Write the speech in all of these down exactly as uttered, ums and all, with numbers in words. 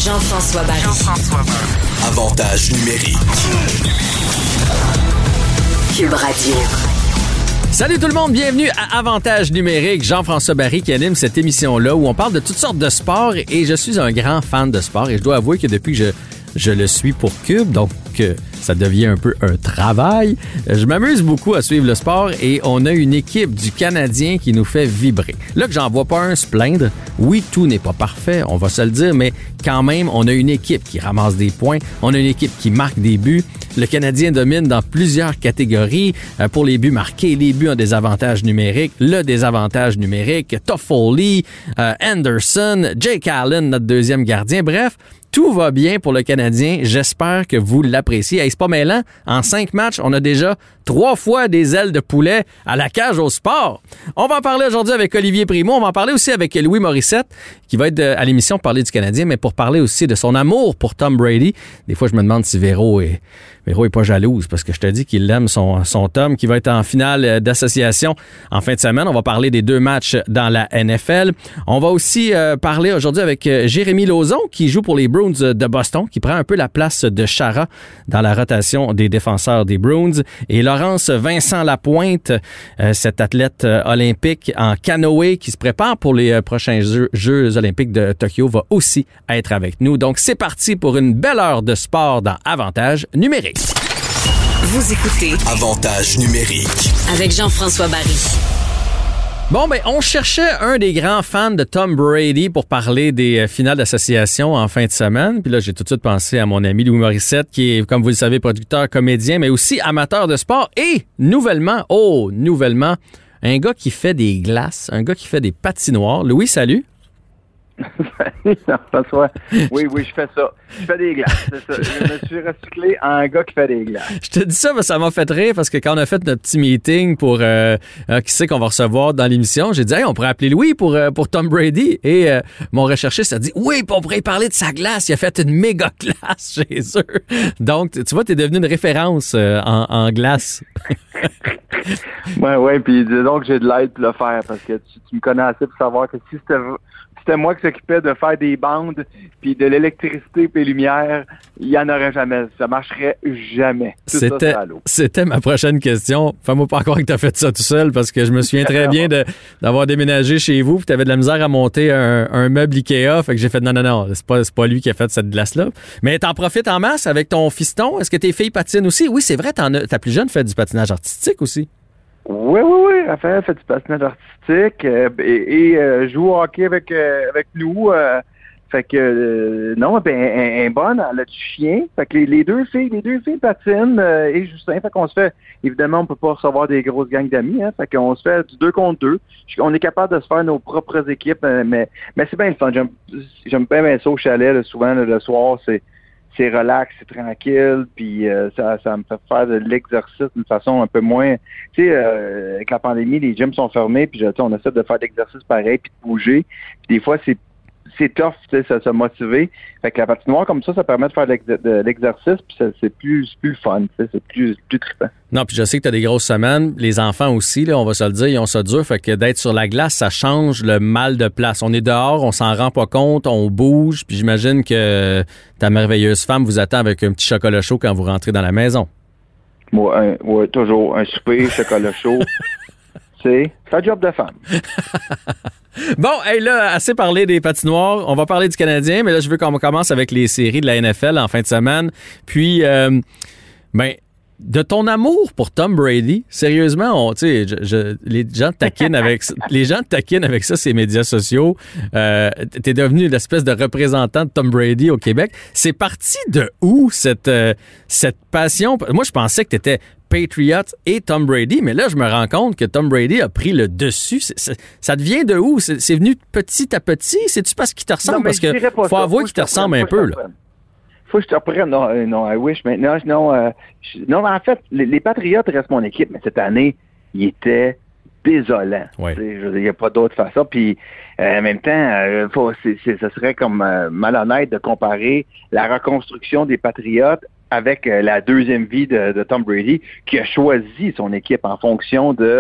Jean-François Barry. Jean-François Barry. Avantage numérique. Cube Radio. Salut tout le monde, bienvenue à Avantage numérique. Jean-François Barry qui anime cette émission-là où on parle de toutes sortes de sports et je suis un grand fan de sport et je dois avouer que depuis que je, je le suis pour Cube, donc euh, ça devient un peu un travail, je m'amuse beaucoup à suivre le sport et on a une équipe du Canadien qui nous fait vibrer. Là que j'en vois pas un se plaindre, oui, tout n'est pas parfait, on va se le dire, mais quand même, on a une équipe qui ramasse des points, on a une équipe qui marque des buts. Le Canadien domine dans plusieurs catégories. Euh, pour les buts marqués, les buts ont des avantages numériques, le désavantage numérique, Toffoli, euh, Anderson, Jake Allen, notre deuxième gardien. Bref, tout va bien pour le Canadien. J'espère que vous l'appréciez. Hey, c'est pas mêlant. En cinq matchs, on a déjà trois fois des ailes de poulet à la cage au sport. On va en parler aujourd'hui avec Olivier Primo. On va en parler aussi avec Louis Morissette, qui va être à l'émission pour parler du Canadien, mais pour parler aussi de son amour pour Tom Brady. Des fois, je me demande si Véro est, Véro est pas jalouse, parce que je te dis qu'il aime son, son Tom, qui va être en finale d'association en fin de semaine. On va parler des deux matchs dans la N F L. On va aussi euh, parler aujourd'hui avec euh, Jérémy Lauzon, qui joue pour les Bruins de Boston, qui prend un peu la place de Chara dans la rotation des défenseurs des Bruins. Et Laurence Vincent Lapointe, euh, cet athlète euh, olympique en canoë qui se prépare pour les euh, prochains Jeux, Jeux olympiques de Tokyo, va aussi être avec nous. Donc, c'est parti pour une belle heure de sport dans Avantage numérique. Vous écoutez Avantage numérique avec Jean-François Barry. Bon, ben, on cherchait un des grands fans de Tom Brady pour parler des euh, finales d'association en fin de semaine. Puis là, j'ai tout de suite pensé à mon ami Louis Morissette, qui est, comme vous le savez, producteur, comédien, mais aussi amateur de sport. Et nouvellement, oh, nouvellement, un gars qui fait des glaces, un gars qui fait des patinoires. Louis, salut. Jean-François. Oui, oui, je fais ça. Je fais des glaces, c'est ça. Je me suis recyclé en un gars qui fait des glaces. Je te dis ça, mais ça m'a fait rire parce que quand on a fait notre petit meeting pour euh, euh, qui c'est qu'on va recevoir dans l'émission, j'ai dit, hey, on pourrait appeler Louis pour, euh, pour Tom Brady. Et euh, mon recherchiste a dit, oui, on pourrait parler de sa glace. Il a fait une méga glace chez eux. Donc, tu vois, tu es devenu une référence euh, en, en glace. Oui, oui, puis donc j'ai de l'aide pour le faire parce que tu, tu me connais assez pour savoir que si c'était c'était moi qui s'occupais de faire des bandes puis de l'électricité puis les lumières, il y en aurait jamais. Ça marcherait jamais. Tout c'était, ça, ça c'était ma prochaine question. Fais-moi pas croire que tu as fait ça tout seul parce que je me souviens très bien de, d'avoir déménagé chez vous puis tu avais de la misère à monter un, un meuble Ikea. Fait que j'ai fait non, non, non, c'est pas, c'est pas lui qui a fait cette glace-là. Mais t'en profites en masse avec ton fiston. Est-ce que tes filles patinent aussi? Oui, c'est vrai, t'en as, ta plus jeune fait du patinage artistique aussi. Oui, oui, oui. Raphaël fait du patinage artistique euh, et, et euh, joue au hockey avec, euh, avec nous. Euh, fait que, euh, non, ben, un, un bonne, elle a du chien. Fait que les, les deux filles, les deux filles patinent euh, et Justin. Fait qu'on se fait, évidemment, on peut pas recevoir des grosses gangs d'amis. Hein, fait qu'on se fait du deux contre deux. On est capable de se faire nos propres équipes, euh, mais, mais c'est bien le fun. J'aime, j'aime bien, bien ça au chalet. Là, souvent, là, le soir, c'est c'est relax, c'est tranquille, puis euh, ça, ça me fait faire de l'exercice d'une façon un peu moins... Tu sais, euh, avec la pandémie, les gyms sont fermés, puis on essaie de faire de l'exercice pareil, puis de bouger. Puis des fois, c'est c'est tough, tu sais, ça se motiver. Fait que la patinoire, comme ça, ça permet de faire de, l'ex- de l'exercice, puis ça, c'est plus, c'est plus fun, tu sais, c'est plus, plus trippant. Non, puis je sais que tu as des grosses semaines. Les enfants aussi, là, on va se le dire, ils ont ça dur. Fait que d'être sur la glace, ça change le mal de place. On est dehors, on s'en rend pas compte, on bouge, puis j'imagine que ta merveilleuse femme vous attend avec un petit chocolat chaud quand vous rentrez dans la maison. Moi, un, ouais, toujours un souper, chocolat chaud. C'est un job de femme. Bon, hey, là, assez parlé des patinoires. On va parler du Canadien, mais là, je veux qu'on commence avec les séries de la N F L en fin de semaine. Puis, euh, ben, de ton amour pour Tom Brady, sérieusement, on, tu sais, je, je, les gens te taquinent avec, les gens te taquinent avec ça, ces médias sociaux. Euh, t'es devenu l'espèce de représentant de Tom Brady au Québec. C'est parti de où cette, euh, cette passion? Moi, je pensais que t'étais Patriot et Tom Brady, mais là, je me rends compte que Tom Brady a pris le dessus. C'est, c'est, ça te vient de où? C'est, c'est venu petit à petit? C'est-tu parce qu'il te ressemble? Non, parce que faut ça. avouer faut qu'il te ressemble un peu, là. Faut que je te reprenne. Non, euh, non, I wish, mais non, non, euh, je, non, en fait, les, les Patriotes restent mon équipe, mais cette année, ils étaient désolants. Ouais. Il n'y a pas d'autre façon. Puis, euh, en même temps, euh, faut, c'est, c'est, ce serait comme euh, malhonnête de comparer la reconstruction des Patriotes avec euh, la deuxième vie de, de Tom Brady, qui a choisi son équipe en fonction de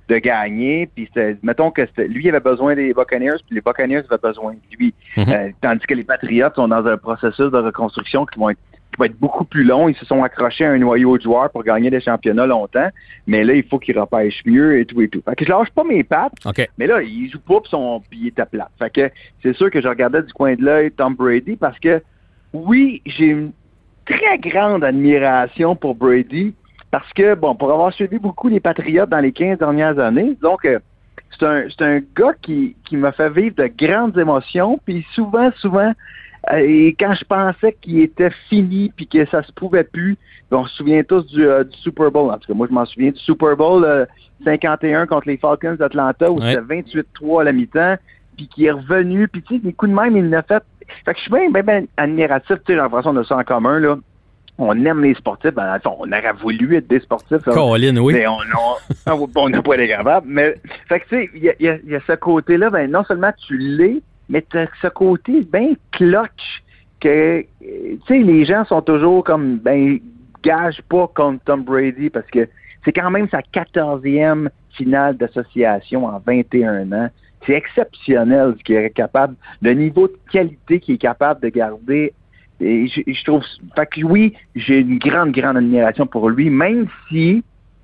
de gagner. Puis mettons que lui il avait besoin des Buccaneers, puis les Buccaneers avaient besoin de lui. Mm-hmm. Euh, tandis que les Patriots sont dans un processus de reconstruction qui vont être qui va être beaucoup plus long. Ils se sont accrochés à un noyau de joueurs pour gagner des championnats longtemps. Mais là, il faut qu'ils repêchent mieux et tout et tout. Fait que je lâche pas mes pattes. Okay. Mais là, il joue pas puis son puis il était plate. Fait que c'est sûr que je regardais du coin de l'œil Tom Brady parce que oui, j'ai une très grande admiration pour Brady parce que, bon, pour avoir suivi beaucoup les Patriots dans les quinze dernières années, donc euh, c'est un c'est un gars qui, qui m'a fait vivre de grandes émotions. Puis souvent, souvent, et quand je pensais qu'il était fini puis que ça se pouvait plus, on se souvient tous du, euh, du Super Bowl. En tout cas, moi, je m'en souviens du Super Bowl euh, cinquante et un contre les Falcons d'Atlanta où ouais. C'était vingt-huit trois à la mi-temps, puis qui est revenu, puis tu sais, des coups de même, il l'a fait. Fait que je suis bien, bien, bien admiratif. Tu sais, j'ai l'impression de ça en commun, là. On aime les sportifs. Ben, on aurait voulu être des sportifs. Colin, oui. Mais on n'a pas été capable. Mais, fait que tu sais, il y a, y a ce côté-là, ben non seulement tu l'es, mais t'as ce côté bien clutch que, tu sais, les gens sont toujours comme, ben, gage pas contre Tom Brady parce que c'est quand même sa quatorzième finale d'association en vingt et un ans. C'est exceptionnel ce qu'il est capable, le niveau de qualité qu'il est capable de garder. Et je, je trouve, fait que oui, j'ai une grande, grande admiration pour lui, même si,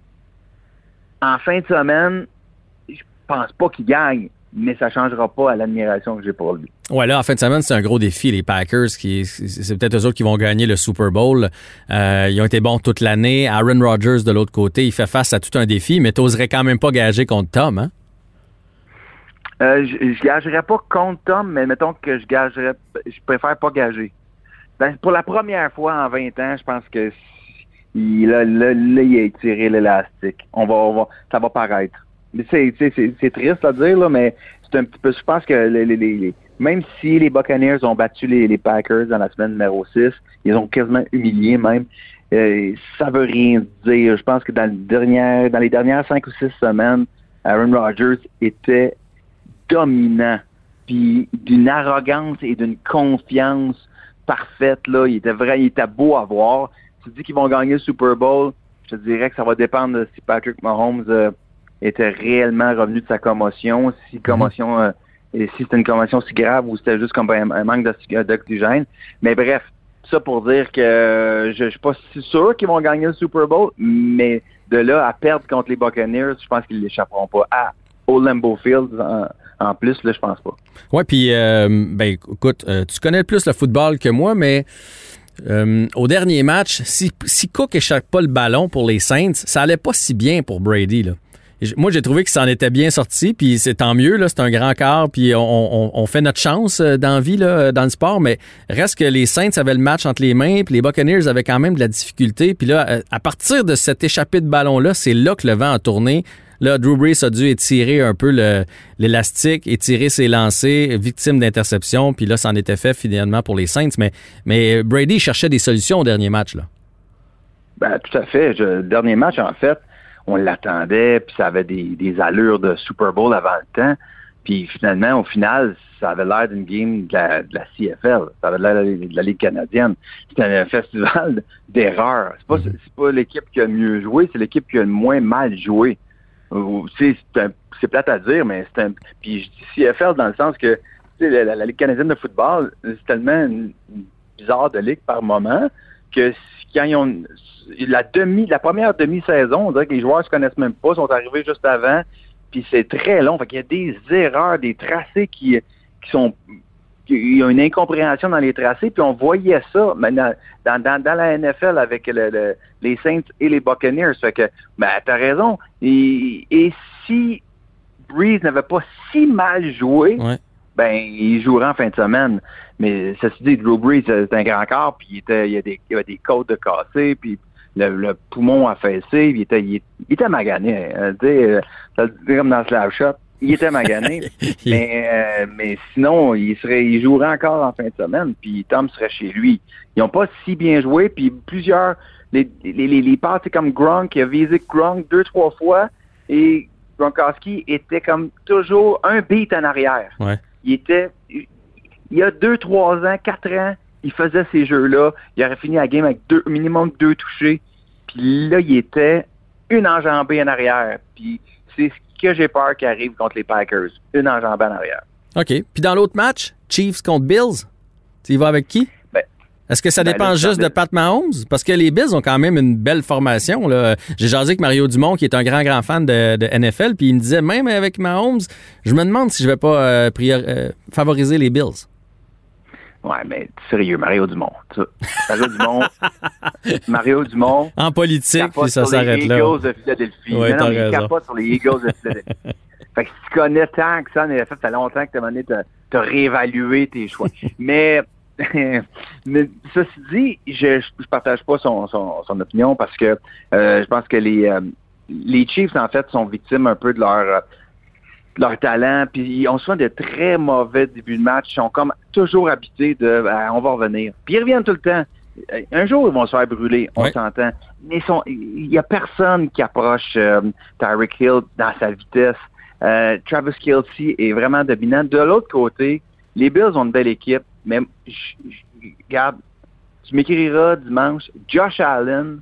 en fin de semaine, je pense pas qu'il gagne. Mais ça ne changera pas à l'admiration que j'ai pour lui. Ouais, là, en fin de semaine, c'est un gros défi. Les Packers, qui c'est peut-être eux autres qui vont gagner le Super Bowl. Euh, ils ont été bons toute l'année. Aaron Rodgers, de l'autre côté, il fait face à tout un défi, mais tu n'oserais quand même pas gager contre Tom, hein? Euh, je ne gagerais pas contre Tom, mais mettons que je gagerais, je préfère pas gager. Ben, pour la première fois en vingt ans, je pense que il, là, là, là, il a étiré l'élastique. On va, on va, ça va paraître. C'est, c'est, c'est, c'est triste à dire, là, mais c'est un petit peu. Je pense que les, les, les, même si les Buccaneers ont battu les, les Packers dans la semaine numéro six, ils ont quasiment humilié même. Euh, ça veut rien dire. Je pense que dans, le dernier, dans les dernières cinq ou six semaines, Aaron Rodgers était dominant, puis d'une arrogance et d'une confiance parfaite. Là, il était vrai, il était beau à voir. Tu dis qu'ils vont gagner le Super Bowl, je te dirais que ça va dépendre de si Patrick Mahomes euh, était réellement revenu de sa commotion, si commotion, euh, et si c'était une commotion si grave ou c'était juste comme un, un manque d'oxygène. Mais bref, ça pour dire que euh, je, je suis pas si sûr qu'ils vont gagner le Super Bowl, mais de là à perdre contre les Buccaneers, je pense qu'ils l'échapperont pas. À au Lambeau Field, en, en plus, là, je pense pas. Ouais, puis euh, ben écoute, euh, tu connais plus le football que moi, mais Euh, au dernier match, si, si Cook échappe pas le ballon pour les Saints, ça allait pas si bien pour Brady, là. Moi, j'ai trouvé qu'il s'en était bien sorti, puis c'est tant mieux, là, c'est un grand quart, puis on, on, on fait notre chance dans la vie, là, dans le sport, mais reste que les Saints avaient le match entre les mains, puis les Buccaneers avaient quand même de la difficulté, puis là, à partir de cet échappé de ballon-là, c'est là que le vent a tourné. Là, Drew Brees a dû étirer un peu le, l'élastique, étirer ses lancers, victime d'interception, puis là, ça en était fait finalement pour les Saints, mais, mais Brady cherchait des solutions au dernier match, là. Ben, tout à fait. Je, le dernier match, en fait, on l'attendait, puis ça avait des, des allures de Super Bowl avant le temps. Puis finalement, au final, ça avait l'air d'une game de la, de la C F L. Ça avait l'air de la Ligue canadienne. C'était un festival d'erreurs. C'est pas, c'est pas l'équipe qui a le mieux joué, c'est l'équipe qui a le moins mal joué. C'est, c'est, un, c'est plate à dire, mais c'est un... Puis je dis C F L dans le sens que la, la, la Ligue canadienne de football, c'est tellement une, une bizarre de ligue par moment que quand ils ont la demi, la première demi-saison, on dirait que les joueurs se connaissent même pas, sont arrivés juste avant, puis c'est très long. Fait qu'il y a des erreurs, des tracés qui, qui sont... Il y a une incompréhension dans les tracés, puis on voyait ça dans, dans, dans, dans la N F L avec le, le, les Saints et les Buccaneers. Fait que, ben, t'as raison. Et, et si Brees n'avait pas si mal joué, ouais. ben, il jouerait en fin de semaine. Mais ceci dit, Drew Brees, c'est un grand corps, puis il, était, il, y a des, il y avait des côtes de cassé, puis le, le poumon affaissé, il était, il, il était magané. Hein, tu sais, ça le dit comme dans Slapshot. Il était magané, mais, euh, mais sinon, il serait, il jouerait encore en fin de semaine, puis Tom serait chez lui. Ils n'ont pas si bien joué, puis plusieurs, les, les, les, les passes, c'est comme Gronk, il a visé Gronk deux, trois fois, et Gronkowski était comme toujours un beat en arrière. Ouais. Il était, il y a deux, trois ans, quatre ans, il faisait ces jeux-là, il aurait fini la game avec deux, minimum deux touchés, puis là, il était une enjambée en arrière, puis c'est ce que j'ai peur qu'il arrive contre les Packers. Une enjambée en arrière. OK. Puis dans l'autre match, Chiefs contre Bills, tu y vas avec qui? Ben, Est-ce que ça ben dépend là, juste de Pat Mahomes? Parce que les Bills ont quand même une belle formation. Là. J'ai jasé avec Mario Dumont, qui est un grand, grand fan de, de N F L, puis il me disait, même avec Mahomes, je me demande si je vais pas euh, priori- euh, favoriser les Bills. Ouais, mais sérieux, Mario Dumont. Mario Dumont. Mario Dumont. En politique, puis ça s'arrête là. Les Eagles de Philadelphie. Ouais, non, non, mais il capote sur les Eagles de Philadelphie. Fait que si tu connais tant que ça, en effet, ça fait longtemps que tu as donné, t'as réévalué tes choix. mais, mais ceci dit, je je partage pas son, son, son opinion parce que euh, je pense que les, euh, les Chiefs, en fait, sont victimes un peu de leur... Euh, leur talent, puis ils ont souvent de très mauvais débuts de match. Ils sont comme toujours habités de ah, on va revenir. Puis ils reviennent tout le temps. Un jour, ils vont se faire brûler, on ouais. s'entend. Mais il n'y a personne qui approche euh, Tyreek Hill dans sa vitesse. Euh, Travis Kelce est vraiment dominant. De l'autre côté, les Bills ont une belle équipe, mais je, je, regarde, tu m'écriras dimanche, Josh Allen,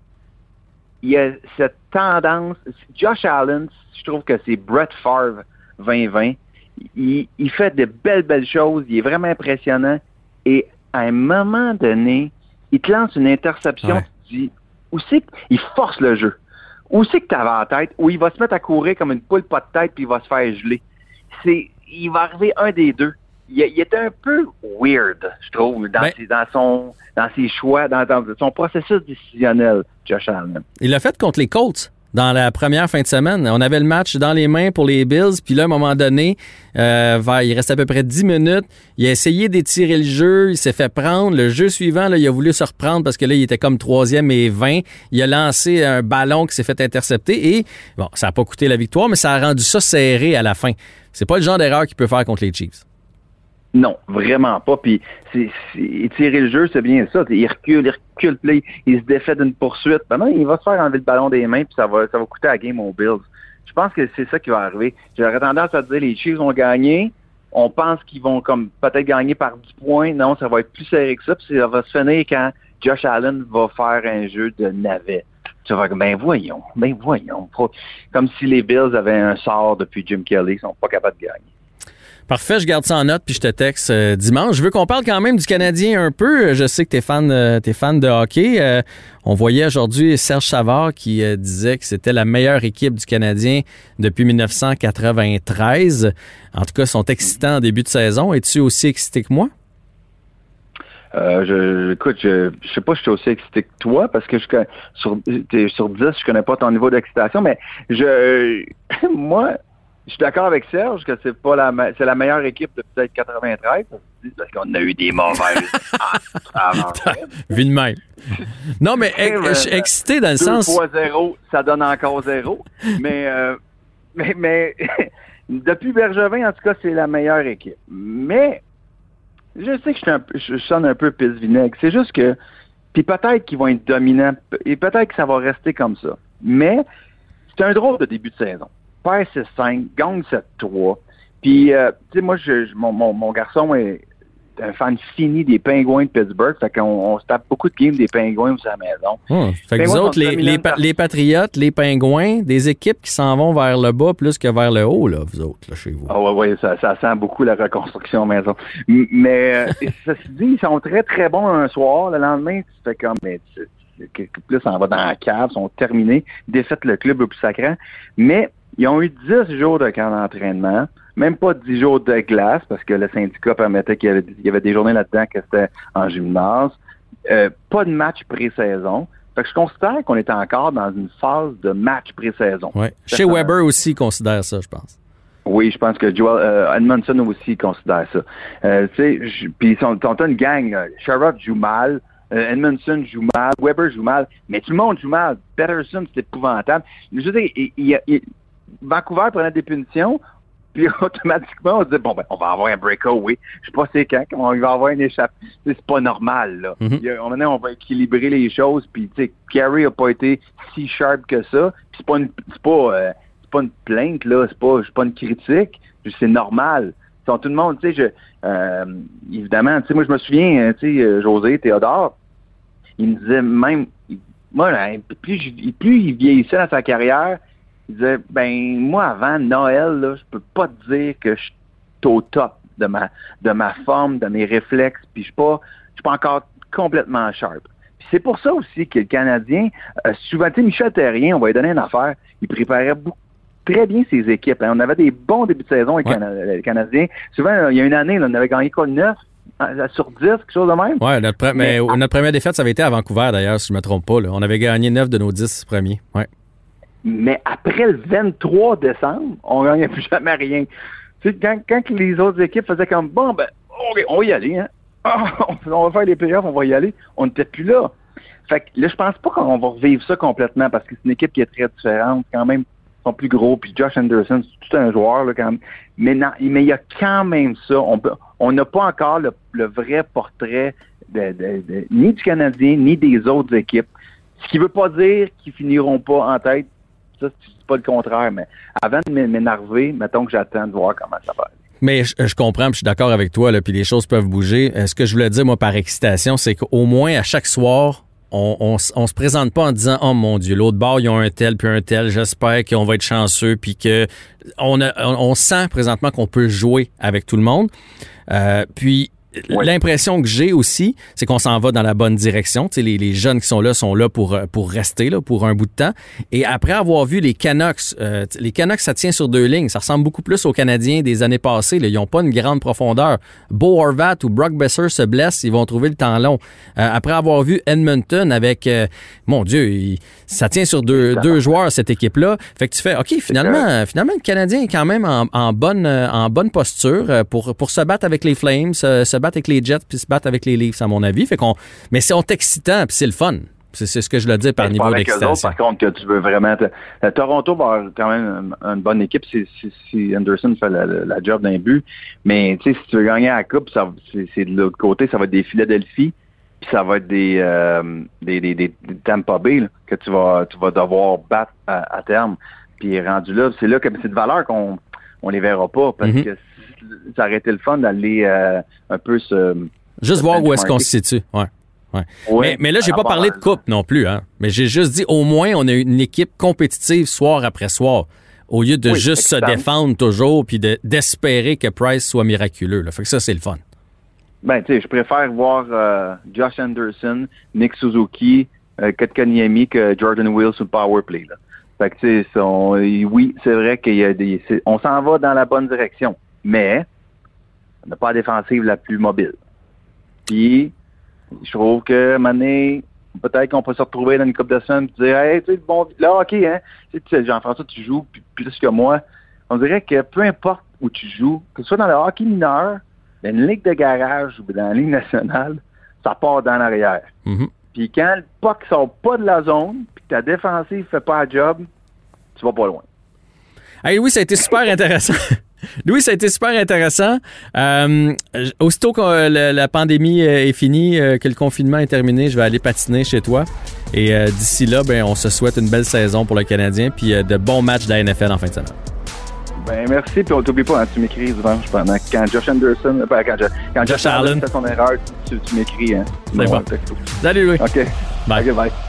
il y a cette tendance. Josh Allen, je trouve que c'est Brett Favre vingt vingt. Il, il fait de belles, belles choses. Il est vraiment impressionnant. Et à un moment donné, il te lance une interception. Ouais. Tu te dis, où c'est qu'il force le jeu? Où c'est que tu avais en tête? Où il va se mettre à courir comme une poule pas de tête puis il va se faire geler. C'est, il va arriver un des deux. Il, il était un peu weird, je trouve, dans, ben, ses, dans, son, dans ses choix, dans, dans son processus décisionnel, Josh Allen. Il l'a fait contre les Colts dans la première fin de semaine. On avait le match dans les mains pour les Bills, puis là, à un moment donné, euh, vers, il restait à peu près dix minutes. Il a essayé d'étirer le jeu, il s'est fait prendre. Le jeu suivant, là, il a voulu se reprendre parce que là, il était comme troisième et vingt. Il a lancé un ballon qui s'est fait intercepter et, bon, ça n'a pas coûté la victoire, mais ça a rendu ça serré à la fin. C'est pas le genre d'erreur qu'il peut faire contre les Chiefs. Non, vraiment pas. Puis, c'est, c'est, étirer le jeu, c'est bien ça. Il recule, il recule, puis il se défait d'une poursuite. Ben non, il va se faire enlever le ballon des mains, puis ça va, ça va coûter à la game aux Bills. Je pense que c'est ça qui va arriver. J'aurais tendance à dire les Chiefs ont gagné. On pense qu'ils vont comme peut-être gagner par dix points. Non, ça va être plus serré que ça. Puis ça va se finir quand Josh Allen va faire un jeu de navet. Tu vas dire, ben voyons, ben voyons. Comme si les Bills avaient un sort depuis Jim Kelly, ils sont pas capables de gagner. Parfait, je garde ça en note puis je te texte euh, dimanche. Je veux qu'on parle quand même du Canadien un peu. Je sais que t'es fan, euh, t'es fan de hockey. Euh, on voyait aujourd'hui Serge Savard qui euh, disait que c'était la meilleure équipe du Canadien depuis dix-neuf cent quatre-vingt-treize. En tout cas, ils sont excitants en début de saison. Es-tu aussi excité que moi? Euh, je, écoute, je, je sais pas si je suis aussi excité que toi parce que je, sur, sur dix, je connais pas ton niveau d'excitation, mais je, moi, je suis d'accord avec Serge que c'est pas la c'est la meilleure équipe de peut-être quatre-vingt-treize parce qu'on a eu des mauvaises. Vu de même. Non, mais je suis excité dans le sens. deux fois zéro, ça donne encore zéro. mais, euh, mais, mais depuis Bergevin, en tout cas, c'est la meilleure équipe. Mais je sais que je, suis un, je sonne un peu pisse-vinaigre. C'est juste que, puis peut-être qu'ils vont être dominants et peut-être que ça va rester comme ça. Mais c'est un drôle de début de saison. Perd six cinq, gagne sept trois. Puis, euh, tu sais, moi, je, je, mon, mon, mon garçon est un fan fini des Pingouins de Pittsburgh. Fait qu'on on se tape beaucoup de games des Pingouins à la maison. Hum, fait que vous autres, les, les, pa- les Patriotes, les Pingouins, des équipes qui s'en vont vers le bas plus que vers le haut, là, vous autres, là, chez vous. Ah ouais, ouais, ça, ça sent beaucoup la reconstruction maison. Mais, euh, ça se dit, ils sont très, très bons un soir. Le lendemain, tu fais comme, mais tu, tu, plus on va dans la cave, ils sont terminés, défaitent le club le plus sacrant. Mais, ils ont eu dix jours de camp d'entraînement, même pas dix jours de glace, parce que le syndicat permettait qu'il y avait, il y avait des journées là-dedans que c'était en gymnase. Euh, pas de match pré-saison. Fait que je considère qu'on est encore dans une phase de match pré-saison. Ouais. Chez Weber aussi, ils considèrent ça, je pense. Oui, je pense que Joel euh, Edmondson aussi considère ça. Euh, tu sais, puis ils sont, sont une gang. Euh, Sherrod joue mal. Euh, Edmondson joue mal. Weber joue mal. Mais tout le monde joue mal. Peterson, c'est épouvantable. Je veux dire, il, il, il Vancouver prenait des punitions, puis automatiquement, on se dit, bon, ben, on va avoir un breakaway. Je sais pas c'est quand, on va avoir une échappe. C'est pas normal, là. Mm-hmm. Il y a, on, on va équilibrer les choses, puis, tu sais, Carey a pas été si sharp que ça, puis c'est pas une, c'est pas, euh, c'est pas une plainte, là, c'est pas, c'est pas une critique, c'est normal. Sont, tout le monde, tu sais, je, euh, évidemment, tu sais, moi, je me souviens, tu sais, José, Théodore, il me disait même, moi, là, plus, plus il vieillissait dans sa carrière, il disait, ben moi, avant Noël, là, je peux pas te dire que je suis au top de ma de ma forme, de mes réflexes, puis je suis pas, je suis pas encore complètement sharp. Puis c'est pour ça aussi que le Canadien, euh, souvent, tu sais, Michel Terrien, on va lui donner une affaire, il préparait beaucoup, très bien ses équipes. Hein. On avait des bons débuts de saison avec ouais. les Canadiens. Souvent, là, il y a une année, là, on avait gagné quoi, neuf sur dix, quelque chose de même? Oui, notre, pre- mais, mais notre première défaite, ça avait été à Vancouver, d'ailleurs, si je ne me trompe pas. Là. On avait gagné neuf de nos dix premiers. Ouais. Mais après le vingt-trois décembre, on ne gagnait plus jamais rien. Tu sais, quand, quand les autres équipes faisaient comme, bon, ben, okay, on va y aller, hein. on va faire les playoffs, on va y aller. On n'était plus là. Fait que là, je pense pas qu'on va revivre ça complètement parce que c'est une équipe qui est très différente, quand même. Ils sont plus gros, puis Josh Anderson, c'est tout un joueur, là, quand même. Mais non, mais il y a quand même ça. On peut, on n'a pas encore le, le vrai portrait de, de, de, ni du Canadien, ni des autres équipes. Ce qui veut pas dire qu'ils finiront pas en tête. Ça, c'est pas le contraire, mais avant de m'énerver, mettons que j'attends de voir comment ça va aller. Mais je, je comprends, puis je suis d'accord avec toi, là, puis les choses peuvent bouger. Ce que je voulais dire, moi, par excitation, c'est qu'au moins, à chaque soir, on, on, on se présente pas en disant « Oh mon Dieu, l'autre bord, ils ont un tel puis un tel, j'espère qu'on va être chanceux », puis que on, a, on, on sent présentement qu'on peut jouer avec tout le monde. Euh, puis ouais. L'impression que j'ai aussi, c'est qu'on s'en va dans la bonne direction. Tu sais, les, les jeunes qui sont là sont là pour, pour rester là, pour un bout de temps. Et après avoir vu les Canucks, euh, les Canucks, ça tient sur deux lignes. Ça ressemble beaucoup plus aux Canadiens des années passées. Là. Ils n'ont pas une grande profondeur. Bo Horvat ou Brock Besser se blessent, ils vont trouver le temps long. Euh, après avoir vu Edmonton avec, euh, mon Dieu, il, ça tient sur deux, deux joueurs, cette équipe-là. Fait que tu fais, OK, finalement, finalement le Canadien est quand même en, en, bonne, en bonne posture pour, pour se battre avec les Flames, se, se battre avec les Jets puis se battre avec les Leafs, à mon avis. Fait qu'on, mais c'est, on est excitant puis c'est le fun. C'est, c'est ce que je le dis par mais niveau d'excitation. Autres, par contre, que tu veux vraiment... Te, Toronto va avoir quand même une, une bonne équipe si, si, si Anderson fait la, la, la job d'un but. Mais tu sais, si tu veux gagner à la Coupe, ça, c'est, c'est de l'autre côté, ça va être des Philadelphie puis ça va être des, euh, des, des, des, des Tampa Bay là, que tu vas, tu vas devoir battre à, à terme. Puis rendu là, c'est là que c'est de valeur qu'on on les verra pas parce mm-hmm. que ça aurait été le fun d'aller euh, un peu se... Juste se voir où est-ce qu'on se situe. Ouais. Ouais. Ouais, mais, mais là, j'ai pas parlé de coupe non plus. Hein. Mais j'ai juste dit, au moins, on a une équipe compétitive soir après soir, au lieu de oui, juste se défendre toujours puis de, d'espérer que Price soit miraculeux. Là. Fait que ça, c'est le fun. Ben, tu sais, je préfère voir euh, Josh Anderson, Nick Suzuki, euh, Kotkaniemi que Jordan Will sur le power play. Là. Fait que, tu sais, oui, c'est vrai qu'il y a des... On s'en va dans la bonne direction, mais on n'a pas la défensive la plus mobile. Puis, je trouve que, Mané, peut-être qu'on peut se retrouver dans une couple de semaines et dire, hey, tu sais, bon, là, OK, hein, tu sais, Jean-François, tu joues plus que moi. On dirait que peu importe où tu joues, que ce soit dans le hockey mineur, dans une ligue de garage ou dans la ligue nationale, ça part dans l'arrière. Mm-hmm. Puis quand le puck sort pas de la zone, puis que ta défensive fait pas le job, tu vas pas loin. Hey, oui, ça a été super intéressant. Louis, ça a été super intéressant. Euh, aussitôt que euh, la, la pandémie euh, est finie, euh, que le confinement est terminé, je vais aller patiner chez toi. Et euh, d'ici là, ben, on se souhaite une belle saison pour le Canadien puis euh, de bons matchs de la N F L en fin de semaine. Ben merci, puis on t'oublie pas, hein, tu m'écris dimanche pendant quand Josh Anderson, ben, quand, quand Josh, Josh Allen fait son erreur, tu, tu m'écris. Hein. C'est bon. Salut Louis. OK. Bye. Okay, bye.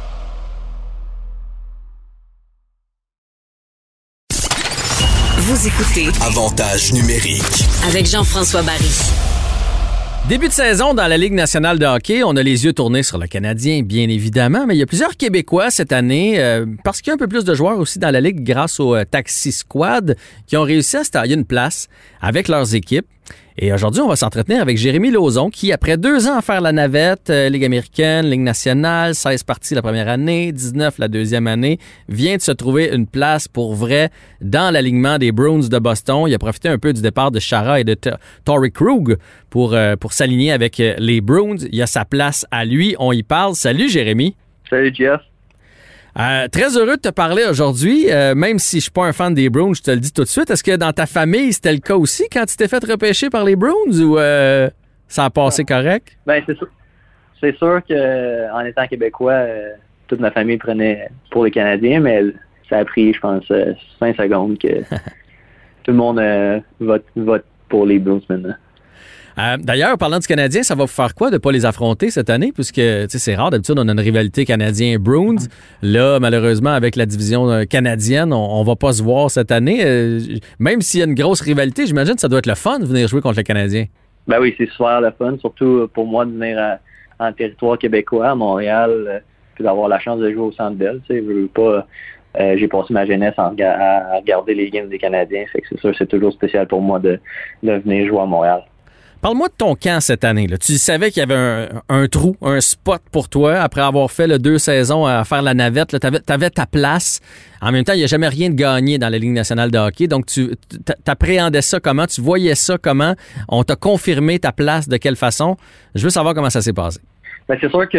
Vous écoutez Avantage numérique avec Jean-François Barry. Début de saison dans la Ligue nationale de hockey, on a les yeux tournés sur le Canadien, bien évidemment, mais il y a plusieurs Québécois cette année, euh, parce qu'il y a un peu plus de joueurs aussi dans la Ligue grâce au euh, Taxi Squad, qui ont réussi à se tailler une place avec leurs équipes. Et aujourd'hui, on va s'entretenir avec Jérémy Lauzon, qui, après deux ans à faire la navette, euh, Ligue américaine, Ligue nationale, seize parties la première année, dix-neuf la deuxième année, vient de se trouver une place pour vrai dans l'alignement des Bruins de Boston. Il a profité un peu du départ de Chara et de T- Torrey Krug pour, euh, pour s'aligner avec euh, les Bruins. Il a sa place à lui. On y parle. Salut, Jérémy. Salut, Jeff. Euh, très heureux de te parler aujourd'hui, euh, même si je suis pas un fan des Bruins, je te le dis tout de suite. Est-ce que dans ta famille, c'était le cas aussi quand tu t'es fait repêcher par les Bruins ou euh, ça a passé correct? Ben c'est sûr. C'est sûr que en étant québécois, euh, toute ma famille prenait pour les Canadiens, mais ça a pris, je pense, euh, cinq secondes que tout le monde euh, vote, vote pour les Bruins maintenant. Euh, d'ailleurs, parlant du Canadien, ça va vous faire quoi de ne pas les affronter cette année? Puisque c'est rare, d'habitude, on a une rivalité Canadien-Bruins. Là, malheureusement, avec la division canadienne, on ne va pas se voir cette année. Euh, même s'il y a une grosse rivalité, j'imagine que ça doit être le fun de venir jouer contre le Canadien. Ben oui, c'est super le fun, surtout pour moi de venir à, en territoire québécois, à Montréal, euh, puis d'avoir la chance de jouer au Centre Bell. Tu sais, je veux pas... Euh, j'ai passé ma jeunesse en, à, à regarder les games des Canadiens. Fait que c'est sûr, c'est toujours spécial pour moi de, de venir jouer à Montréal. Parle-moi de ton camp cette année. Là. Tu savais qu'il y avait un, un trou, un spot pour toi. Après avoir fait là, deux saisons à faire la navette, tu avais ta place. En même temps, il n'y a jamais rien de gagné dans la Ligue nationale de hockey. Donc, tu appréhendais ça comment? Tu voyais ça comment? On t'a confirmé ta place de quelle façon? Je veux savoir comment ça s'est passé. Ben, c'est sûr que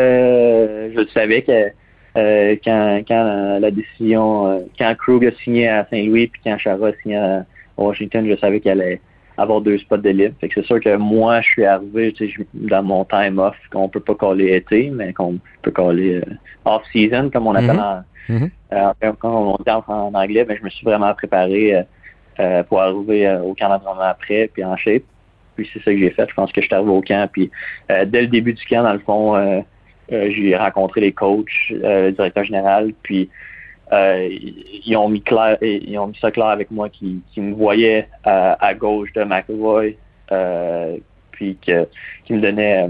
euh, je savais que Euh, quand, quand la décision, euh, quand Krug a signé à Saint-Louis puis quand Chara a signé à Washington, je savais qu'il allait avoir deux spots de libre. Fait que c'est sûr que moi, je suis arrivé tu sais, dans mon time off, qu'on peut pas caller été, mais qu'on peut caller euh, off-season, comme on appelle mm-hmm. en, mm-hmm. Euh, quand on dit en, en anglais, ben, je me suis vraiment préparé euh, euh, pour arriver euh, au camp d'entraînement après, puis en shape. Puis c'est ça que j'ai fait. Je pense que je suis arrivé au camp, puis euh, dès le début du camp, dans le fond, euh, Euh, j'ai rencontré les coachs, euh, le directeur général, puis euh, ils ont mis clair, ils ont mis ça clair avec moi, qui, qui me voyaient à, à gauche de McAvoy, euh, puis que, qui me donnait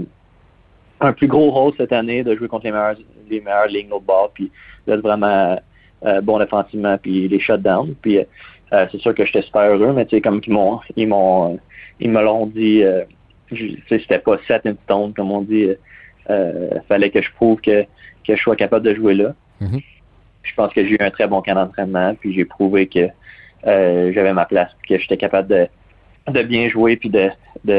un plus gros rôle cette année de jouer contre les meilleurs, les meilleures lignes au bord, puis d'être vraiment euh, bon défensivement, puis les shutdowns. Puis euh, c'est sûr que j'étais super heureux, mais tu sais comme ils m'ont, ils m'ont, ils me l'ont dit, euh, tu sais c'était pas set in stone comme on dit. Euh, fallait que je prouve que, que je sois capable de jouer là. Mm-hmm. Je pense que j'ai eu un très bon camp d'entraînement, puis j'ai prouvé que euh, j'avais ma place, puis que j'étais capable de, de bien jouer, puis de,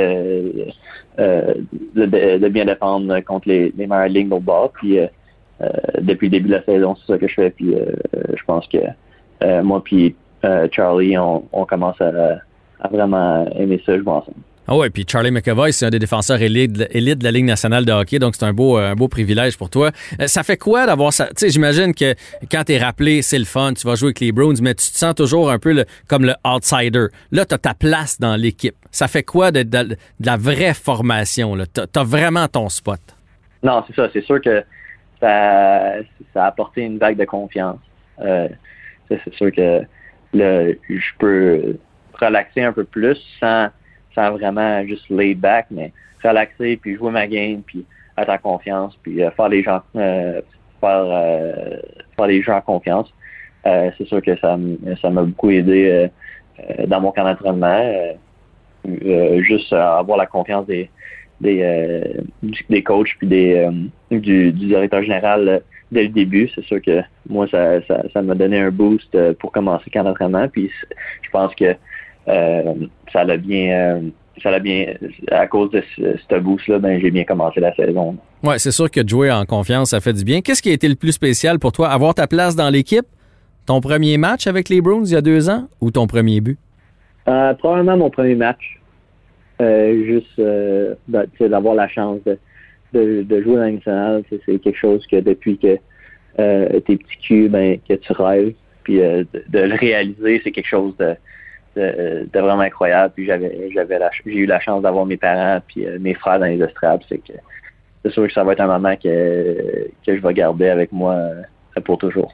de, euh, de, de, de bien défendre contre les, les meilleures lignes au bord. Puis euh, euh, depuis le début de la saison, c'est ça que je fais. Puis euh, je pense que euh, moi puis euh, Charlie, on, on commence à, à vraiment aimer ça jouer ensemble. Ah ouais, puis Charlie McAvoy, c'est un des défenseurs élites élite de la Ligue nationale de hockey, donc c'est un beau, un beau privilège pour toi. Ça fait quoi d'avoir ça? Tu sais, j'imagine que quand t'es rappelé, c'est le fun, tu vas jouer avec les Bruins, mais tu te sens toujours un peu le, comme le outsider. Là, t'as ta place dans l'équipe. Ça fait quoi de, de, de la vraie formation? Là? T'as, t'as vraiment ton spot. Non, c'est ça. C'est sûr que ça, ça a apporté une vague de confiance. Euh, c'est sûr que là, je peux relaxer un peu plus sans... sans vraiment juste laid back, mais relaxer, puis jouer ma game, puis être en confiance, puis euh, faire les gens euh, faire, euh, faire les gens en confiance. Euh, c'est sûr que ça, ça m'a beaucoup aidé euh, euh, dans mon camp d'entraînement. Euh, euh, juste euh, avoir la confiance des des, euh, des coachs puis des euh, du, du directeur général euh, dès le début. C'est sûr que moi, ça, ça, ça m'a donné un boost euh, pour commencer le camp d'entraînement, puis je pense que Euh, ça l'a bien, euh, ça l'a bien, à cause de ce, ce boost-là, ben j'ai bien commencé la saison. Ouais, c'est sûr que de jouer en confiance, ça fait du bien. Qu'est-ce qui a été le plus spécial pour toi? Avoir ta place dans l'équipe? Ton premier match avec les Bruins il y a deux ans ou ton premier but? Euh, probablement mon premier match. Euh, juste euh, d'avoir la chance de, de, de jouer dans la nationale, c'est quelque chose que depuis que euh, t'es petit cul, ben, que tu rêves. Puis euh, de, de le réaliser, c'est quelque chose de De, de vraiment incroyable. Puis j'avais j'avais la, j'ai eu la chance d'avoir mes parents puis euh, mes frères dans les estrades. C'est que c'est sûr que ça va être un moment que, que je vais garder avec moi euh, pour toujours.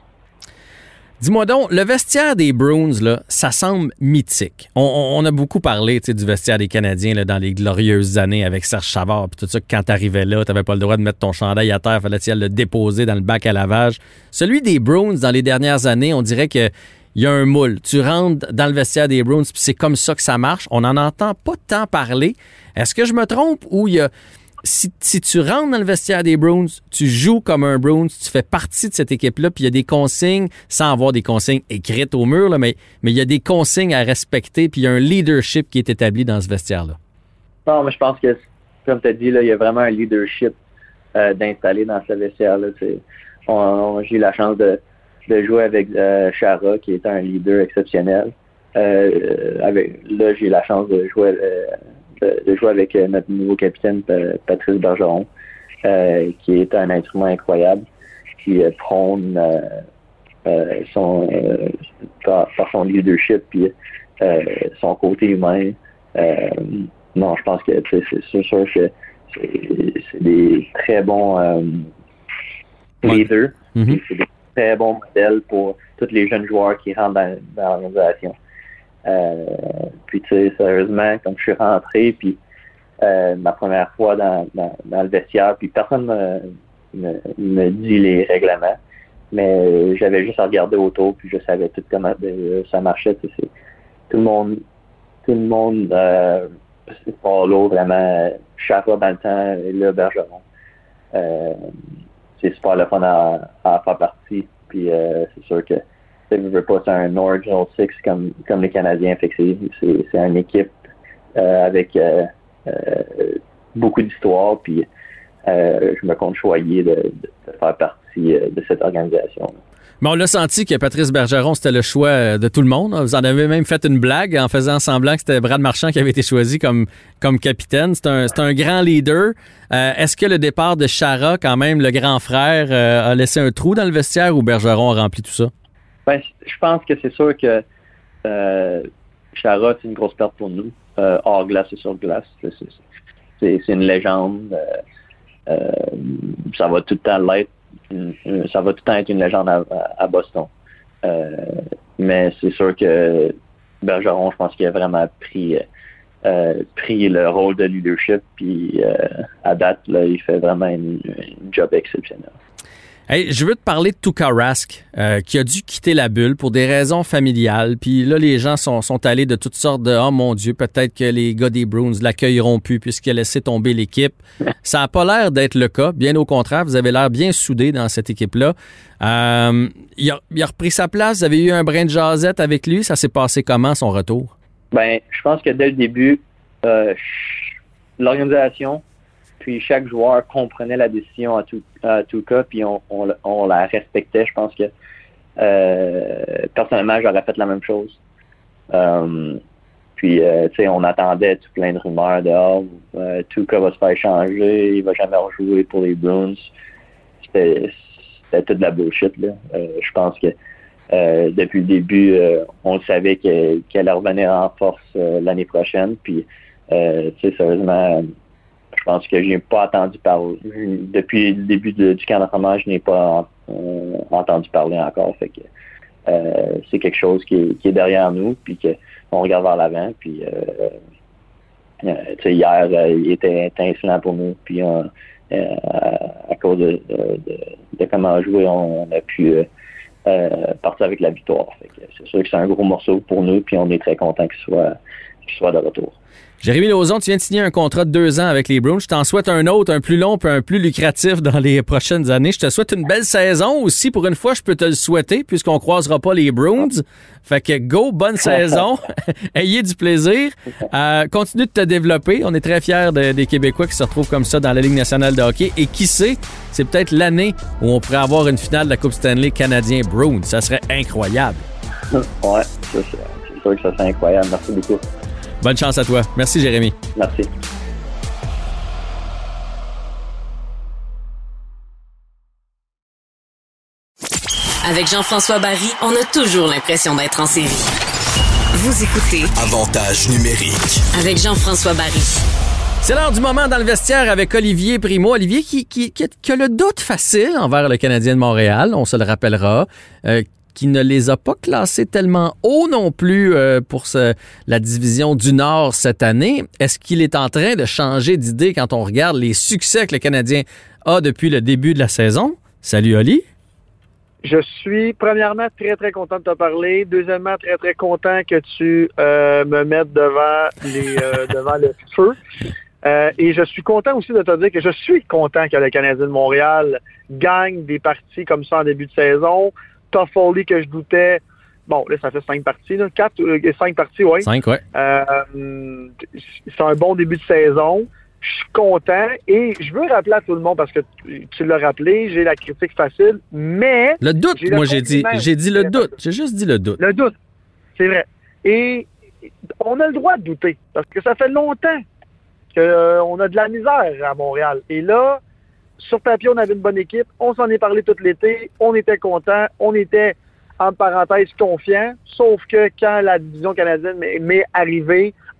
Dis-moi donc, le vestiaire des Bruins, là, ça semble mythique. On, on a beaucoup parlé du vestiaire des Canadiens là, dans les glorieuses années avec Serge Savard puis tout ça, que quand t'arrivais là, t'avais pas le droit de mettre ton chandail à terre, fallait-il le déposer dans le bac à lavage. Celui des Bruins, dans les dernières années, on dirait que il y a un moule. Tu rentres dans le vestiaire des Bruins, puis c'est comme ça que ça marche. On n'en entend pas tant parler. Est-ce que je me trompe ou il y a... Si, si tu rentres dans le vestiaire des Bruins, tu joues comme un Bruins, tu fais partie de cette équipe-là, puis il y a des consignes, sans avoir des consignes écrites au mur, là, mais, mais il y a des consignes à respecter, puis il y a un leadership qui est établi dans ce vestiaire-là. Non, mais je pense que, comme tu as dit, là, il y a vraiment un leadership euh, d'installer dans ce vestiaire-là. On, on, j'ai eu la chance de de jouer avec euh, Chara, qui est un leader exceptionnel. Euh, avec, là, j'ai eu la chance de jouer, euh, de, de jouer avec euh, notre nouveau capitaine, euh, Patrice Bergeron, euh, qui est un instrument incroyable, qui euh, prône euh, euh, son, euh, par, par son leadership puis euh, son côté humain. Euh, non, je pense que c'est, c'est sûr que c'est, c'est des très bons euh, leaders. Mm-hmm. C'est des très bons modèles pour tous les jeunes joueurs qui rentrent dans, dans l'organisation. Euh, puis, tu sais, sérieusement, comme je suis rentré, puis euh, ma première fois dans, dans, dans le vestiaire, puis personne me, me, me dit les règlements, mais j'avais juste à regarder autour, puis je savais tout comment ça marchait. Tu sais, c'est, tout le monde, tout le monde, euh, c'est pas l'eau vraiment, Chara dans le temps, et là, Bergeron. Euh, c'est super le fun à, à faire partie, puis euh, c'est sûr que je ne veux pas, c'est un Original Six comme, comme les Canadiens, fait que c'est, c'est, c'est une équipe euh, avec euh, euh, beaucoup d'histoire, puis euh, je me compte choyé de, de, de faire partie euh, de cette organisation. Mais on l'a senti que Patrice Bergeron, c'était le choix de tout le monde. Vous en avez même fait une blague en faisant semblant que c'était Brad Marchand qui avait été choisi comme, comme capitaine. C'est un, c'est un grand leader. Euh, est-ce que le départ de Chara, quand même, le grand frère, euh, a laissé un trou dans le vestiaire ou Bergeron a rempli tout ça? Ben, je pense que c'est sûr que euh, Chara, c'est une grosse perte pour nous. Euh, hors glace et sur glace. C'est, c'est, c'est une légende. Euh, euh, ça va tout le temps l'être. Ça va tout le temps être une légende à, à Boston. Euh, mais c'est sûr que Bergeron, je pense qu'il a vraiment pris, euh, pris le rôle de leadership. Puis euh, à date, là, il fait vraiment une, une job exceptionnelle. Hey, je veux te parler de Tuukka Rask, euh, qui a dû quitter la bulle pour des raisons familiales. Puis là, les gens sont, sont allés de toutes sortes de « Oh mon Dieu, peut-être que les gars des Bruins l'accueilleront plus puisqu'il a laissé tomber l'équipe. » Ça n'a pas l'air d'être le cas. Bien au contraire, vous avez l'air bien soudés dans cette équipe-là. Euh, il, a, il a repris sa place. Vous avez eu un brin de jasette avec lui. Ça s'est passé comment, son retour? Ben, je pense que dès le début, euh, l'organisation... Puis chaque joueur comprenait la décision à tout, à tout cas, puis on, on, on la respectait. Je pense que euh, personnellement, j'aurais fait la même chose. Um, puis, euh, tu sais, on attendait tout plein de rumeurs de oh, euh, Tuukka va se faire changer, il va jamais rejouer pour les Bruins. C'était, c'était toute de la bullshit, là. Euh, je pense que euh, depuis le début, euh, on le savait qu'elle, qu'elle allait revenir en force euh, l'année prochaine. Puis, euh, tu sais, sérieusement, je pense que je n'ai pas entendu parler. Depuis le début de, du camp d'entraînement, je n'ai pas euh, entendu parler encore. Fait que euh, c'est quelque chose qui est, qui est derrière nous, puis qu'on regarde vers l'avant. Puis euh, euh, tu sais, hier, euh, il était intelligent pour nous. Puis euh, euh, à cause de, de, de, de comment jouer, on, on a pu euh, euh, partir avec la victoire. Fait que c'est sûr que c'est un gros morceau pour nous, puis on est très content qu'il soit, qu'il soit de retour. Jérémy Lauzon, tu viens de signer un contrat de deux ans avec les Bruins. Je t'en souhaite un autre, un plus long puis un plus lucratif dans les prochaines années. Je te souhaite une belle saison aussi. Pour une fois, je peux te le souhaiter puisqu'on croisera pas les Bruins. Fait que go, bonne saison. Ayez du plaisir. Euh, continue de te développer. On est très fiers de, des Québécois qui se retrouvent comme ça dans la Ligue nationale de hockey. Et qui sait, c'est peut-être l'année où on pourrait avoir une finale de la Coupe Stanley canadien Bruins. Ça serait incroyable. Ouais, c'est, c'est sûr que ça serait incroyable. Merci beaucoup. Bonne chance à toi. Merci, Jérémy. Merci. Avec Jean-François Barry, on a toujours l'impression d'être en série. Vous écoutez Avantage numérique avec Jean-François Barry. C'est l'heure du moment dans le vestiaire avec Olivier Primo. Olivier qui, qui, qui, qui a le doute facile envers le Canadien de Montréal, on se le rappellera, euh, qui ne les a pas classés tellement haut non plus euh, pour ce, la division du Nord cette année. Est-ce qu'il est en train de changer d'idée quand on regarde les succès que le Canadien a depuis le début de la saison? Salut, Oli. Je suis premièrement très, très content de te parler. Deuxièmement, très, très content que tu euh, me mettes devant, les, euh, devant le feu. Euh, et je suis content aussi de te dire que je suis content que le Canadien de Montréal gagne des parties comme ça en début de saison. Toffoli que je doutais, bon, là, ça fait cinq parties, là, quatre, euh, cinq parties, oui. Cinq, oui. Euh, c'est un bon début de saison. Je suis content et je veux rappeler à tout le monde, parce que tu, tu l'as rappelé, j'ai la critique facile, mais... Le doute, j'ai moi, le j'ai dit, j'ai dit le doute. J'ai juste dit le doute. Le doute, c'est vrai. Et on a le droit de douter, parce que ça fait longtemps qu'on euh, a de la misère à Montréal. Et là, sur papier, on avait une bonne équipe. On s'en est parlé tout l'été. On était contents. On était, entre parenthèses, confiants. Sauf que quand la division canadienne m'est arrivée,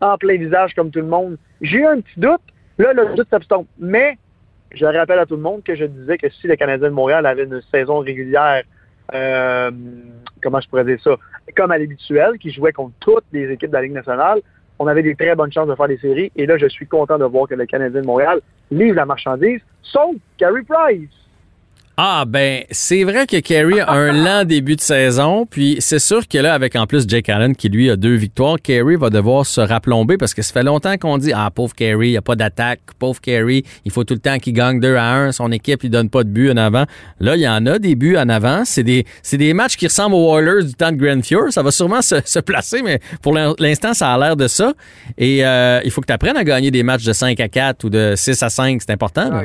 en plein visage comme tout le monde. J'ai eu un petit doute. Là, le doute s'abstompe. Mais je rappelle à tout le monde que je disais que si le Canadien de Montréal avait une saison régulière, euh, comment je pourrais dire ça, comme à l'habituel, qui jouait contre toutes les équipes de la Ligue nationale, on avait des très bonnes chances de faire des séries. Et là, je suis content de voir que le Canadien de Montréal livre la marchandise, sauf Carey Price. Ah, ben, c'est vrai que Carey a un lent début de saison, puis c'est sûr que là, avec en plus Jake Allen qui, lui, a deux victoires, Carey va devoir se raplomber parce que ça fait longtemps qu'on dit « Ah, pauvre Carey, il n'y a pas d'attaque, pauvre Carey, il faut tout le temps qu'il gagne deux à un, son équipe, il donne pas de but en avant. » Là, il y en a des buts en avant, c'est des, c'est des matchs qui ressemblent aux Oilers du temps de Grand Fuhr, ça va sûrement se, se placer, mais pour l'instant, ça a l'air de ça. Et euh, il faut que tu apprennes à gagner des matchs de cinq à quatre ou de six à cinq, c'est important, là. Ouais.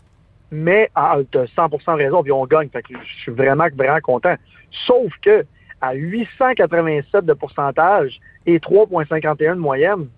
Mais ah, tu as cent pour cent raison, puis on gagne. Fait que je suis vraiment, vraiment content. Sauf que à huit cent quatre-vingt-sept de pourcentage et trois virgule cinquante et un de moyenne,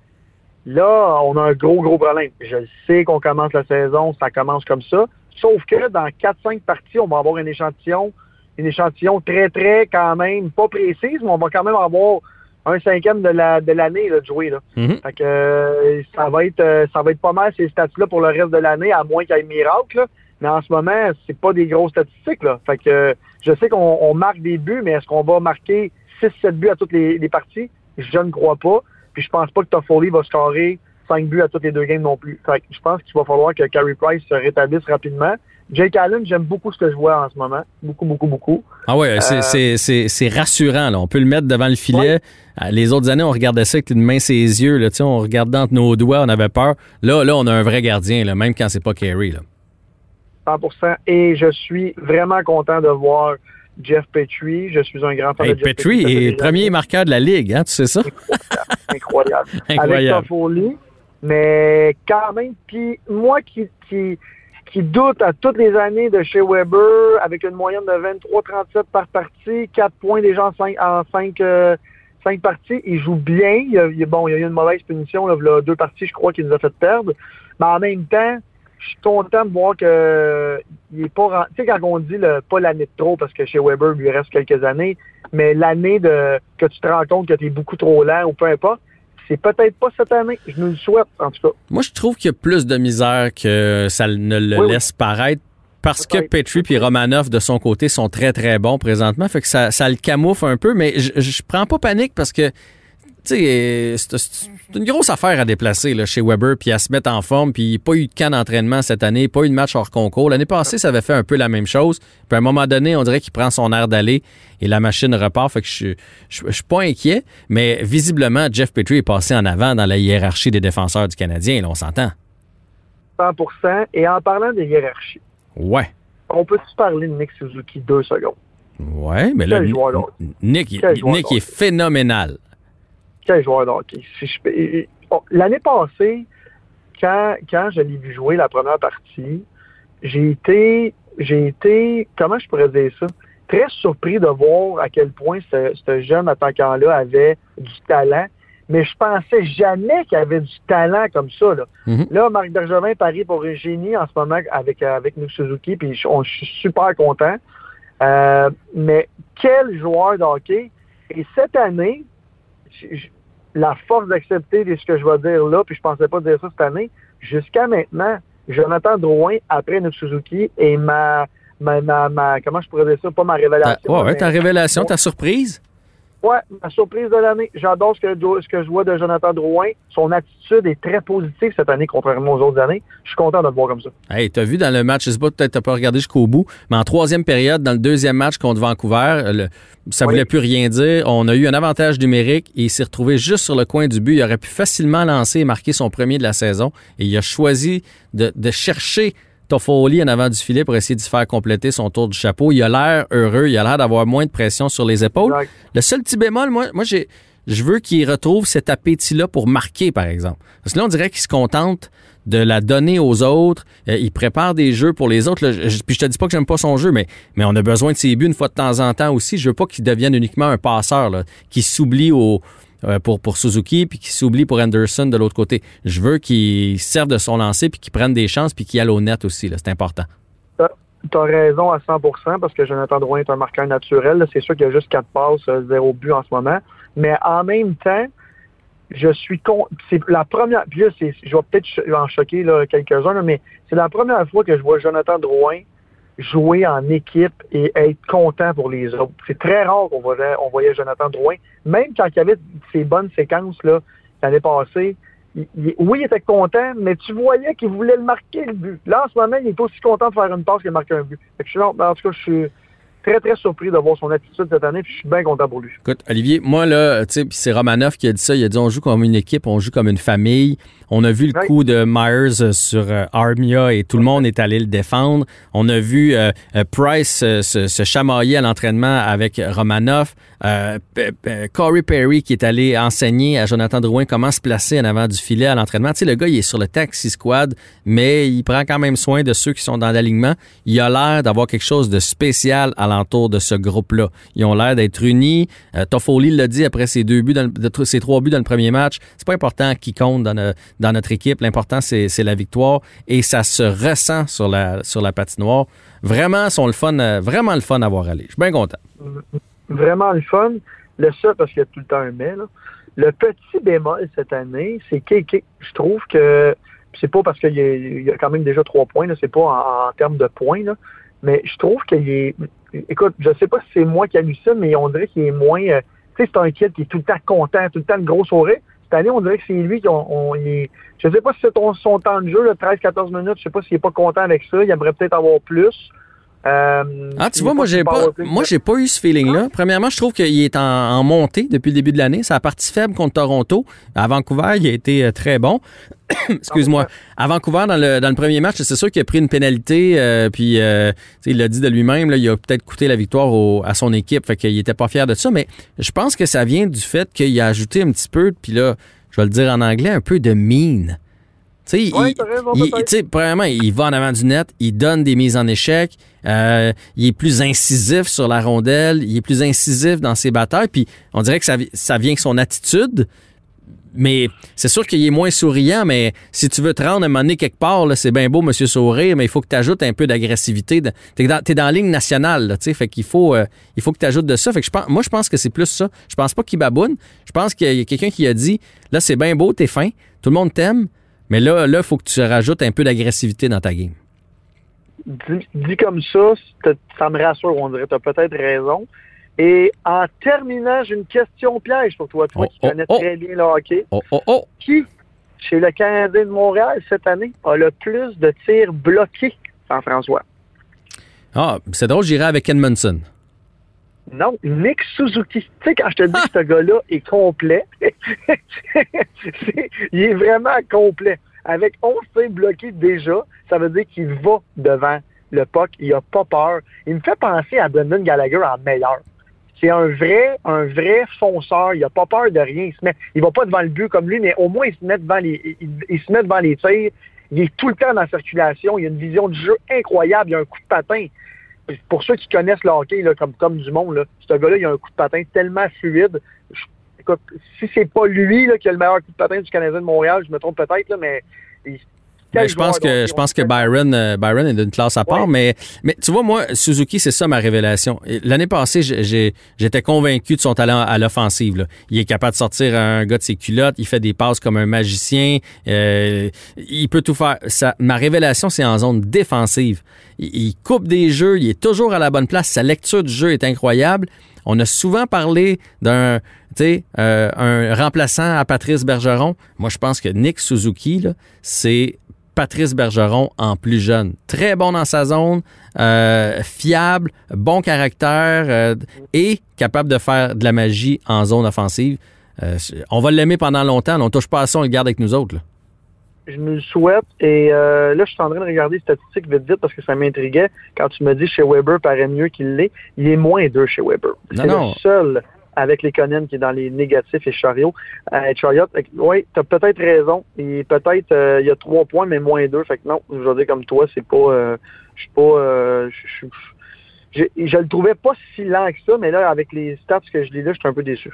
là, on a un gros, gros problème. Je sais qu'on commence la saison, ça commence comme ça. Sauf que dans quatre cinq parties, on va avoir un échantillon, une échantillon très, très, quand même, pas précise, mais on va quand même avoir un cinquième de la de l'année là, de jouer. Là. Mm-hmm. Fait que euh, ça va être euh, ça va être pas mal ces stats-là pour le reste de l'année, à moins qu'il y ait miracle. Là. Mais en ce moment, c'est pas des grosses statistiques. Là. Fait que euh, je sais qu'on on marque des buts, mais est-ce qu'on va marquer six sept buts à toutes les, les parties? Je ne crois pas. Puis je pense pas que Toffoli va scorer cinq buts à toutes les deux games non plus. Fait que je pense qu'il va falloir que Carey Price se rétablisse rapidement. Jake Allen, j'aime beaucoup ce que je vois en ce moment. Beaucoup, beaucoup, beaucoup. Ah ouais, euh, c'est, c'est, c'est, c'est rassurant. Là. On peut le mettre devant le filet. Ouais. Les autres années, on regardait ça avec une main ses yeux. Là. On regardait entre nos doigts, on avait peur. Là, là, on a un vrai gardien, là, même quand c'est pas Carey. Là. cent pour cent. Et je suis vraiment content de voir Jeff Petrie. Je suis un grand fan hey, de Jeff Petrie. Petrie est premier marqueur de la Ligue, hein, tu sais ça? Incroyable. Incroyable. Avec Toffoli. Mais quand même, puis moi qui... qui qui doute à toutes les années de chez Weber, avec une moyenne de vingt-trois trente-sept par partie, quatre points déjà en cinq, en cinq, euh, cinq parties. Il joue bien. Il y a, il y a, bon, il y a eu une mauvaise punition, là, là, deux parties, je crois, qui nous a fait perdre. Mais en même temps, je suis content de voir que il est pas... Tu sais, quand on dit le, pas l'année de trop, parce que chez Weber, il lui reste quelques années, mais l'année de que tu te rends compte que tu es beaucoup trop lent ou peu importe, c'est peut-être pas cette année. Je nous le souhaite, en tout cas. Moi, je trouve qu'il y a plus de misère que ça ne le oui, laisse oui. paraître parce peut-être. que Petrie et Romanov, de son côté, sont très, très bons présentement. Fait que ça, ça le camoufle un peu, mais je, je prends pas panique parce que tu sais, c'est, c'est une grosse affaire à déplacer là, chez Weber puis à se mettre en forme. Puis pas eu de camp d'entraînement cette année, pas eu de match hors concours. L'année passée, ça avait fait un peu la même chose. Puis à un moment donné, on dirait qu'il prend son air d'aller et la machine repart. Fait que je, je, je suis pas inquiet, mais visiblement, Jeff Petrie est passé en avant dans la hiérarchie des défenseurs du Canadien. Là, on s'entend. cent pour cent. Et en parlant de hiérarchie, ouais. On peut-tu parler de Nick Suzuki deux secondes? Ouais, mais là, Nick, Nick, Nick est phénoménal. Quel joueur de hockey. Si je... L'année passée, quand, quand je l'ai vu jouer la première partie, j'ai été, j'ai été, comment je pourrais dire ça, très surpris de voir à quel point ce, ce jeune attaquant-là avait du talent, mais je pensais jamais qu'il avait du talent comme ça. Là, mm-hmm. là Marc Bergevin parie pour un génie en ce moment avec, avec Nick Suzuki, puis je, on, je suis super content. Euh, mais quel joueur de hockey! Et cette année, je, la force d'accepter ce que je vais dire là, puis je pensais pas dire ça cette année, jusqu'à maintenant, Jonathan Drouin, après Nick Suzuki, et ma, ma, ma, ma, comment je pourrais dire ça, pas ma révélation. Ta, ouais, ouais, ta révélation, ta surprise? Ouais, ma surprise de l'année. J'adore ce que, ce que je vois de Jonathan Drouin. Son attitude est très positive cette année, contrairement aux autres années. Je suis content de le voir comme ça. Hey, t'as vu dans le match, je sais pas, peut-être t'as pas regardé jusqu'au bout, mais en troisième période, dans le deuxième match contre Vancouver, le, ça oui. voulait plus rien dire. On a eu un avantage numérique et il s'est retrouvé juste sur le coin du but. Il aurait pu facilement lancer et marquer son premier de la saison. Et il a choisi de, de chercher Toffoli en avant du filet pour essayer de se faire compléter son tour du chapeau. Il a l'air heureux, il a l'air d'avoir moins de pression sur les épaules. Exact. Le seul petit bémol, moi, moi j'ai, je veux qu'il retrouve cet appétit-là pour marquer, par exemple. Parce que là, on dirait qu'il se contente de la donner aux autres. Euh, il prépare des jeux pour les autres. Là, je, puis je te dis pas que j'aime pas son jeu, mais, mais on a besoin de ses buts une fois de temps en temps aussi. Je veux pas qu'il devienne uniquement un passeur, là, qui s'oublie au... Pour, pour Suzuki, puis qui s'oublie pour Anderson de l'autre côté. Je veux qu'il serve de son lancer, puis qu'il prenne des chances, puis qu'il aille au net aussi. Là. C'est important. Tu as raison à cent pour cent, parce que Jonathan Drouin est un marqueur naturel. Là. C'est sûr qu'il y a juste quatre passes, zéro but en ce moment. Mais en même temps, je suis con. C'est la première. Puis là, c'est, je vais peut-être ch- en choquer là, quelques-uns, là, mais c'est la première fois que je vois Jonathan Drouin jouer en équipe et être content pour les autres. C'est très rare qu'on voyait, on voyait Jonathan Drouin, même quand il y avait ces bonnes séquences là, l'année passée. Il, il, oui, il était content, mais tu voyais qu'il voulait le marquer, le but. Là, en ce moment, il est aussi content de faire une passe que de marquer un but. Fait que je suis, non, en tout cas, je suis très, très surpris de voir son attitude cette année, puis je suis bien content pour lui. Écoute, Olivier, moi, là, tu sais, c'est Romanoff qui a dit ça. Il a dit on joue comme une équipe, on joue comme une famille. On a vu le oui. coup de Myers sur euh, Armia et tout le monde est allé le défendre. On a vu euh, euh, Price euh, se, se chamailler à l'entraînement avec Romanoff. Euh, P- P- Corey Perry qui est allé enseigner à Jonathan Drouin comment se placer en avant du filet à l'entraînement. Tu sais, le gars, il est sur le taxi squad, mais il prend quand même soin de ceux qui sont dans l'alignement. Il a l'air d'avoir quelque chose de spécial alentour de ce groupe-là. Ils ont l'air d'être unis. Euh, Toffoli l'a dit après ses deux buts, dans le, de, ses trois buts dans le premier match. C'est pas important qui compte dans, le, dans notre équipe. L'important, c'est, c'est la victoire et ça se ressent sur la, sur la patinoire. Vraiment, sont le fun, vraiment le fun à voir aller. Je suis bien content. Vraiment le fun. Le seul, parce qu'il y a tout le temps un mais, là. Le petit bémol cette année, c'est que je trouve que c'est pas parce qu'il y a, il y a quand même déjà trois points, là, c'est pas en, en termes de points, là, mais je trouve qu'il est. Écoute, je sais pas si c'est moi qui hallucine, mais on dirait qu'il est moins. Euh, tu sais, c'est un kid qui est tout le temps content, tout le temps le gros sourire. Cette année, on dirait que c'est lui qui on, on il est, je sais pas si c'est ton, son temps de jeu, là, treize à quatorze minutes, je sais pas s'il est pas content avec ça, il aimerait peut-être avoir plus. Euh, ah, tu vois, moi, j'ai pas, moi, j'ai pas eu ce feeling-là. Ah. Premièrement, je trouve qu'il est en, en montée depuis le début de l'année. C'est la partie faible contre Toronto. À Vancouver, il a été euh, très bon. Excuse-moi. À Vancouver, dans le, dans le premier match, c'est sûr qu'il a pris une pénalité. Euh, puis, euh, il l'a dit de lui-même, là, il a peut-être coûté la victoire au, à son équipe. Fait qu'il était pas fier de ça. Mais je pense que ça vient du fait qu'il a ajouté un petit peu, puis là, je vais le dire en anglais, un peu de mean. Tu sais, ouais, il, premièrement, il va en avant du net, il donne des mises en échec, euh, il est plus incisif sur la rondelle, il est plus incisif dans ses batailles, puis on dirait que ça, ça vient avec son attitude, mais c'est sûr qu'il est moins souriant, mais si tu veux te rendre à un moment donné quelque part, là, c'est bien beau, monsieur Sourire, mais il faut que tu ajoutes un peu d'agressivité. T'es dans, t'es dans la ligne nationale, là, tu sais, fait qu'il faut, euh, il faut que tu ajoutes de ça. Fait que je pense, moi, je pense que c'est plus ça. Je pense pas qu'il baboune. Je pense qu'il y a quelqu'un qui a dit, là, c'est bien beau, t'es fin, tout le monde t'aime, mais là, il faut que tu rajoutes un peu d'agressivité dans ta game. Dit, dit comme ça, ça me rassure, on dirait. Tu as peut-être raison. Et en terminant, j'ai une question piège pour toi, toi oh, qui oh, connais oh. très bien le hockey. Oh, oh, oh. Qui, chez le Canadien de Montréal, cette année, a le plus de tirs bloqués, Jean-François? Ah, c'est drôle, j'irais avec Edmondson. Non, Nick Suzuki. Tu sais, quand je te dis que ce gars-là est complet, c'est, il est vraiment complet. Avec onze tirs bloqués déjà, ça veut dire qu'il va devant le puck. Il n'a pas peur. Il me fait penser à Brendan Gallagher en meilleur. C'est un vrai, un vrai fonceur. Il n'a pas peur de rien. Il se met, il va pas devant le but comme lui, mais au moins il se met devant les, il, il se met devant les tirs. Il est tout le temps dans la circulation. Il a une vision du jeu incroyable. Il a un coup de patin. Pour ceux qui connaissent le hockey là, comme, comme du monde, là, ce gars-là, il a un coup de patin tellement fluide. Je, écoute, si c'est pas lui là, qui a le meilleur coup de patin du Canadien de Montréal, je me trompe peut-être, là, mais... Il, Ben, je pense que je pense que Byron euh, Byron est d'une classe à part, ouais. mais mais tu vois, moi, Suzuki, c'est ça ma révélation. L'année passée, j'ai, j'étais convaincu de son talent à l'offensive. Là. Il est capable de sortir un gars de ses culottes, il fait des passes comme un magicien, euh, il peut tout faire. Ça, ma révélation, c'est en zone défensive. Il, il coupe des jeux, il est toujours à la bonne place, sa lecture du jeu est incroyable. On a souvent parlé d'un, tu sais, euh, un remplaçant à Patrice Bergeron. Moi, je pense que Nick Suzuki, là, c'est Patrice Bergeron en plus jeune. Très bon dans sa zone, euh, fiable, bon caractère euh, et capable de faire de la magie en zone offensive. Euh, on va l'aimer pendant longtemps. On ne touche pas à ça, on le garde avec nous autres. Là. Je me le souhaite. Et euh, là, je suis en train de regarder les statistiques vite vite parce que ça m'intriguait. Quand tu me dis chez Weber paraît mieux qu'il l'est, il est moins deux chez Weber. C'est non, non. le seul avec les Conan qui est dans les négatifs et Chariot. Euh, Chariot, oui, t'as peut-être raison. Et peut-être euh, il y a trois points, mais moins deux. Fait que non, je veux dire comme toi, c'est pas. Euh, je suis pas. Euh, je, je, je, je le trouvais pas si lent que ça, mais là, avec les stats que je lis là, je suis un peu déçu.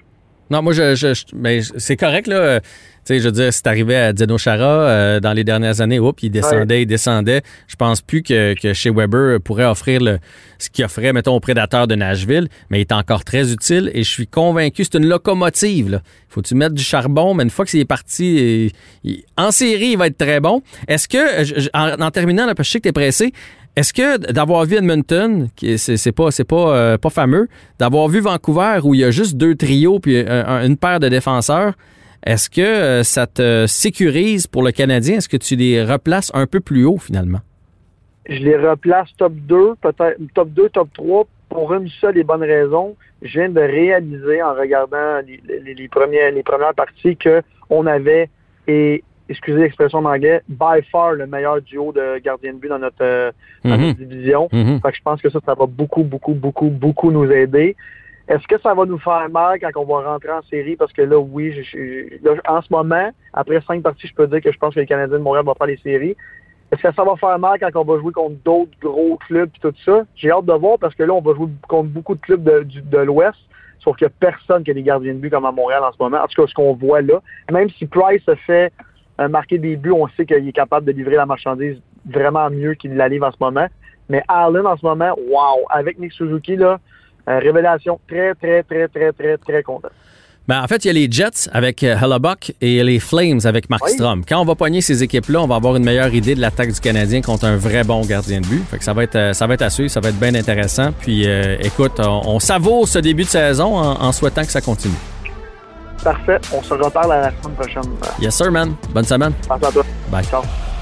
Non, moi, je, je, je ben, c'est correct, là. Tu sais, je veux dire, c'est arrivé à Zdeno Chara euh, dans les dernières années. Oups, il descendait, ouais. il descendait. Je pense plus que, que chez Weber pourrait offrir le, ce qu'il offrait, mettons, aux Prédateurs de Nashville, mais il est encore très utile et je suis convaincu, c'est une locomotive, là. Faut-tu mettre du charbon, mais une fois qu'il est parti, il, il, en série, il va être très bon. Est-ce que, je, en, en terminant, là, parce que je sais que t'es pressé, est-ce que d'avoir vu Edmonton, qui c'est, c'est pas c'est pas euh, pas fameux, d'avoir vu Vancouver où il y a juste deux trios puis un, une paire de défenseurs, est-ce que euh, ça te sécurise pour le Canadien? Est-ce que tu les replaces un peu plus haut finalement? Je les replace top deux, peut-être top deux, top trois pour une seule et bonne raison. Je viens de réaliser en regardant les, les, les premières les premières parties que on avait et excusez l'expression en anglais, by far le meilleur duo de gardien de but dans notre, euh, mm-hmm. dans notre division. Mm-hmm. Fait que je pense que ça, ça va beaucoup, beaucoup, beaucoup, beaucoup nous aider. Est-ce que ça va nous faire mal quand on va rentrer en série? Parce que là, oui, je, je, là, en ce moment, après cinq parties, je peux dire que je pense que les Canadiens de Montréal vont faire les séries. Est-ce que ça va faire mal quand on va jouer contre d'autres gros clubs et tout ça? J'ai hâte de voir parce que là, on va jouer contre beaucoup de clubs de, du, de l'Ouest. Sauf qu'il n'y a personne qui a des gardiens de but comme à Montréal en ce moment. En tout cas, ce qu'on voit là. Même si Price se fait Euh, marquer des buts, on sait qu'il est capable de livrer la marchandise vraiment mieux qu'il la livre en ce moment. Mais Allen, en ce moment, wow! Avec Nick Suzuki, là, euh, révélation très, très, très, très, très, très content. Ben, en fait, il y a les Jets avec euh, Hellebuck et les Flames avec Markstrom. Oui. Quand on va pogner ces équipes-là, on va avoir une meilleure idée de l'attaque du Canadien contre un vrai bon gardien de but. Fait que ça va être, euh, ça va être à suivre, ça va être bien intéressant. Puis, euh, écoute, on, on savoure ce début de saison en, en souhaitant que ça continue. Parfait. On se reparle à la semaine prochaine. Yes, sir, man. Bonne semaine. Merci à toi. Bye. Ciao.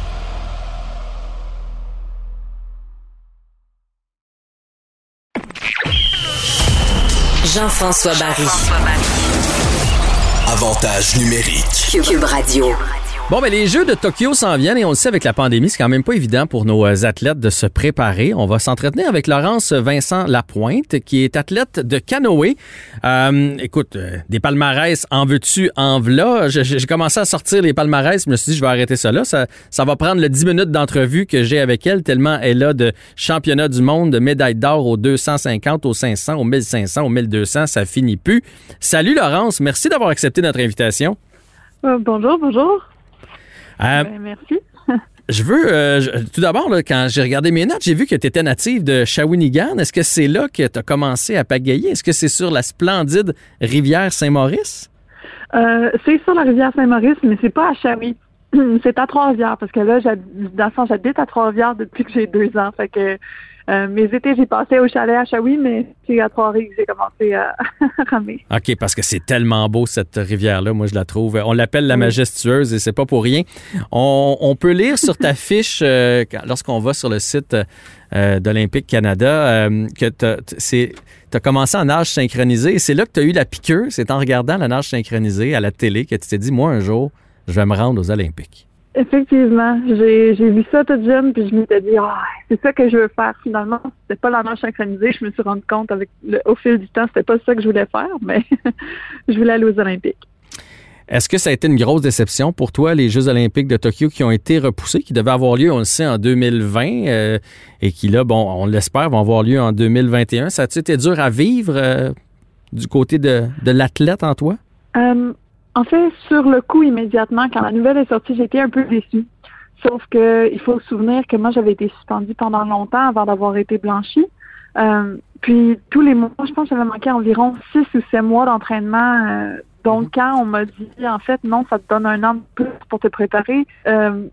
Jean-François Barry. Avantage numérique. Cube Radio. Bon, ben les Jeux de Tokyo s'en viennent et on le sait avec la pandémie, c'est quand même pas évident pour nos athlètes de se préparer. On va s'entretenir avec Laurence Vincent Lapointe, qui est athlète de canoë. Euh, écoute, euh, des palmarès, en veux-tu, en v'là. J'ai, j'ai commencé à sortir les palmarès, je me suis dit, je vais arrêter ça là. Ça, ça va prendre le dix minutes d'entrevue que j'ai avec elle, tellement elle a de championnats du monde, de médailles d'or aux deux cent cinquante, aux cinq cents, aux mille cinq cents, aux mille deux cents, ça finit plus. Salut Laurence, merci d'avoir accepté notre invitation. Euh, bonjour, bonjour. Euh, ben, merci. Je veux, euh, je, tout d'abord, là, quand j'ai regardé mes notes, j'ai vu que tu étais native de Shawinigan. Est-ce que c'est là que tu as commencé à pagayer? Est-ce que c'est sur la splendide rivière Saint-Maurice? Euh, c'est sur la rivière Saint-Maurice, mais c'est pas à Shawi. C'est à Trois-Rivières, parce que là, dans le fond, j'habite à Trois-Rivières depuis que j'ai deux ans. Fait que euh, mes étés, j'ai passé au chalet à Shawi, mais c'est à Trois-Rivières que j'ai commencé à ramer. OK, parce que c'est tellement beau, cette rivière-là. Moi, je la trouve. On l'appelle la majestueuse et c'est pas pour rien. On, on peut lire sur ta fiche, euh, lorsqu'on va sur le site euh, d'Olympique Canada, euh, que tu as commencé en nage synchronisé et c'est là que tu as eu la piqûre. C'est en regardant la nage synchronisée à la télé que tu t'es dit, moi, un jour, je vais me rendre aux Olympiques. Effectivement, j'ai, j'ai vu ça toute jeune, puis je m'étais dit, ah, oh, c'est ça que je veux faire. Finalement, c'était pas la nage synchronisée. Je me suis rendu compte avec le, au fil du temps, c'était pas ça que je voulais faire, mais je voulais aller aux Olympiques. Est-ce que ça a été une grosse déception pour toi, les Jeux olympiques de Tokyo qui ont été repoussés, qui devaient avoir lieu, on le sait, en deux mille vingt, euh, et qui, là, bon, on l'espère, vont avoir lieu en deux mille vingt et un. Ça a-t-il été dur à vivre euh, du côté de, de l'athlète en toi? Euh, En fait, sur le coup, immédiatement, quand la nouvelle est sortie, j'étais un peu déçue. Sauf que il faut se souvenir que moi, j'avais été suspendue pendant longtemps avant d'avoir été blanchie. Euh, puis, tous les mois, je pense que j'avais manqué environ six ou sept mois d'entraînement. Euh, donc, quand on m'a dit, en fait, non, ça te donne un an de plus pour te préparer, euh,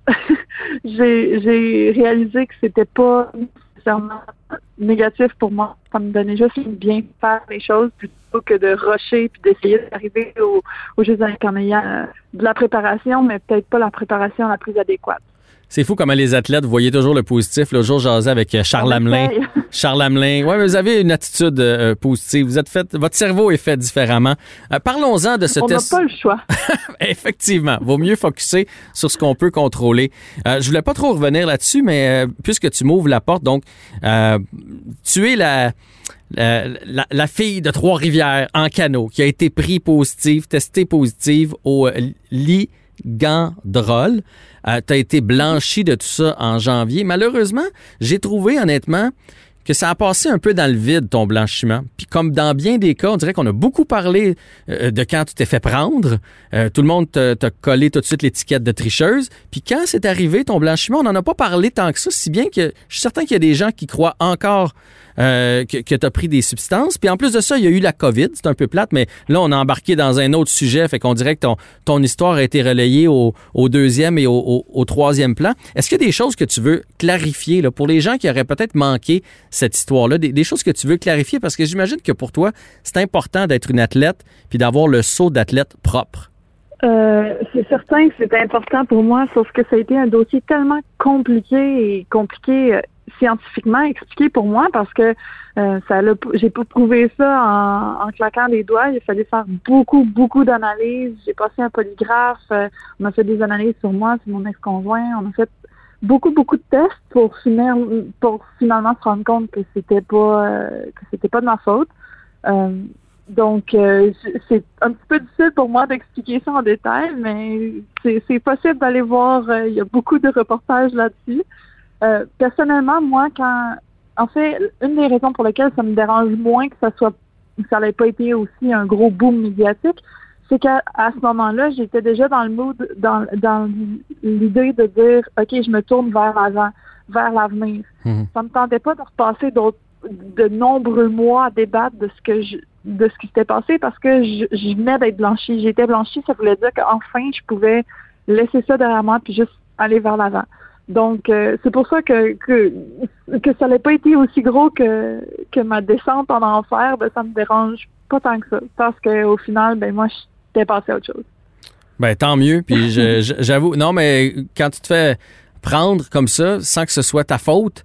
j'ai, j'ai réalisé que c'était pas nécessairement négatif pour moi. Ça me donnait juste bien faire les choses plutôt que de rusher puis d'essayer d'arriver au, aux Jeux olympiques en ayant euh, de la préparation, mais peut-être pas la préparation la plus adéquate. C'est fou comment les athlètes, vous voyez toujours le positif. L'autre jour, j'asais avec Charles Hamelin. Charles Hamelin. Oui, mais vous avez une attitude euh, positive. Vous êtes fait, votre cerveau est fait différemment. Euh, parlons-en de ce On test. On n'a pas le choix. Effectivement. Vaut mieux focusser sur ce qu'on peut contrôler. Euh, je voulais pas trop revenir là-dessus, mais euh, puisque tu m'ouvres la porte, donc, euh, tu es la... La, la, la fille de Trois-Rivières en canot qui a été prise positive, testée positive au euh, ligandrol. Euh, tu as été blanchie de tout ça en janvier. Malheureusement, j'ai trouvé honnêtement que ça a passé un peu dans le vide, ton blanchiment. Puis comme dans bien des cas, on dirait qu'on a beaucoup parlé euh, de quand tu t'es fait prendre. Euh, tout le monde t'a, t'a collé tout de suite l'étiquette de tricheuse. Puis quand c'est arrivé, ton blanchiment, on n'en a pas parlé tant que ça, si bien que je suis certain qu'il y a des gens qui croient encore euh, que, que tu as pris des substances. Puis en plus de ça, il y a eu la COVID. C'est un peu plate, mais là, on a embarqué dans un autre sujet. Fait qu'on dirait que ton, ton histoire a été relayée au, au deuxième et au, au, au troisième plan. Est-ce qu'il y a des choses que tu veux clarifier là, pour les gens qui auraient peut-être manqué cette histoire-là, des, des choses que tu veux clarifier? Parce que j'imagine que pour toi, c'est important d'être une athlète puis d'avoir le sceau d'athlète propre. Euh, c'est certain que c'est important pour moi, sauf que ça a été un dossier tellement compliqué et compliqué euh, scientifiquement expliqué pour moi parce que euh, ça l'a, j'ai pas prouvé ça en, en claquant des doigts. Il a fallu faire beaucoup, beaucoup d'analyses. J'ai passé un polygraphe. Euh, on a fait des analyses sur moi, sur mon ex-conjoint. On a fait beaucoup, beaucoup de tests pour finir, pour finalement se rendre compte que c'était pas, euh, que c'était pas de ma faute. Euh, Donc, euh, c'est un petit peu difficile pour moi d'expliquer ça en détail, mais c'est, c'est possible d'aller voir. Euh, il y a beaucoup de reportages là-dessus. Euh, personnellement, moi, quand, en fait, une des raisons pour lesquelles ça me dérange moins que ça soit, que ça n'ait pas été aussi un gros boom médiatique, c'est qu'à à ce moment-là, j'étais déjà dans le mood, dans, dans l'idée de dire, ok, je me tourne vers l'avant, vers l'avenir. Mmh. Ça me tentait pas de repasser d'autres de nombreux mois à débattre de ce que je, de ce qui s'était passé parce que je, je venais d'être blanchie. J'étais blanchie, ça voulait dire qu'enfin, je pouvais laisser ça derrière moi puis juste aller vers l'avant. Donc, euh, c'est pour ça que, que, que ça n'a pas été aussi gros que, que ma descente en enfer. Ben, ça me dérange pas tant que ça parce qu'au final, ben, moi, j'étais passée à autre chose. Ben, tant mieux. Puis, je, je, j'avoue, non, mais quand tu te fais prendre comme ça, sans que ce soit ta faute,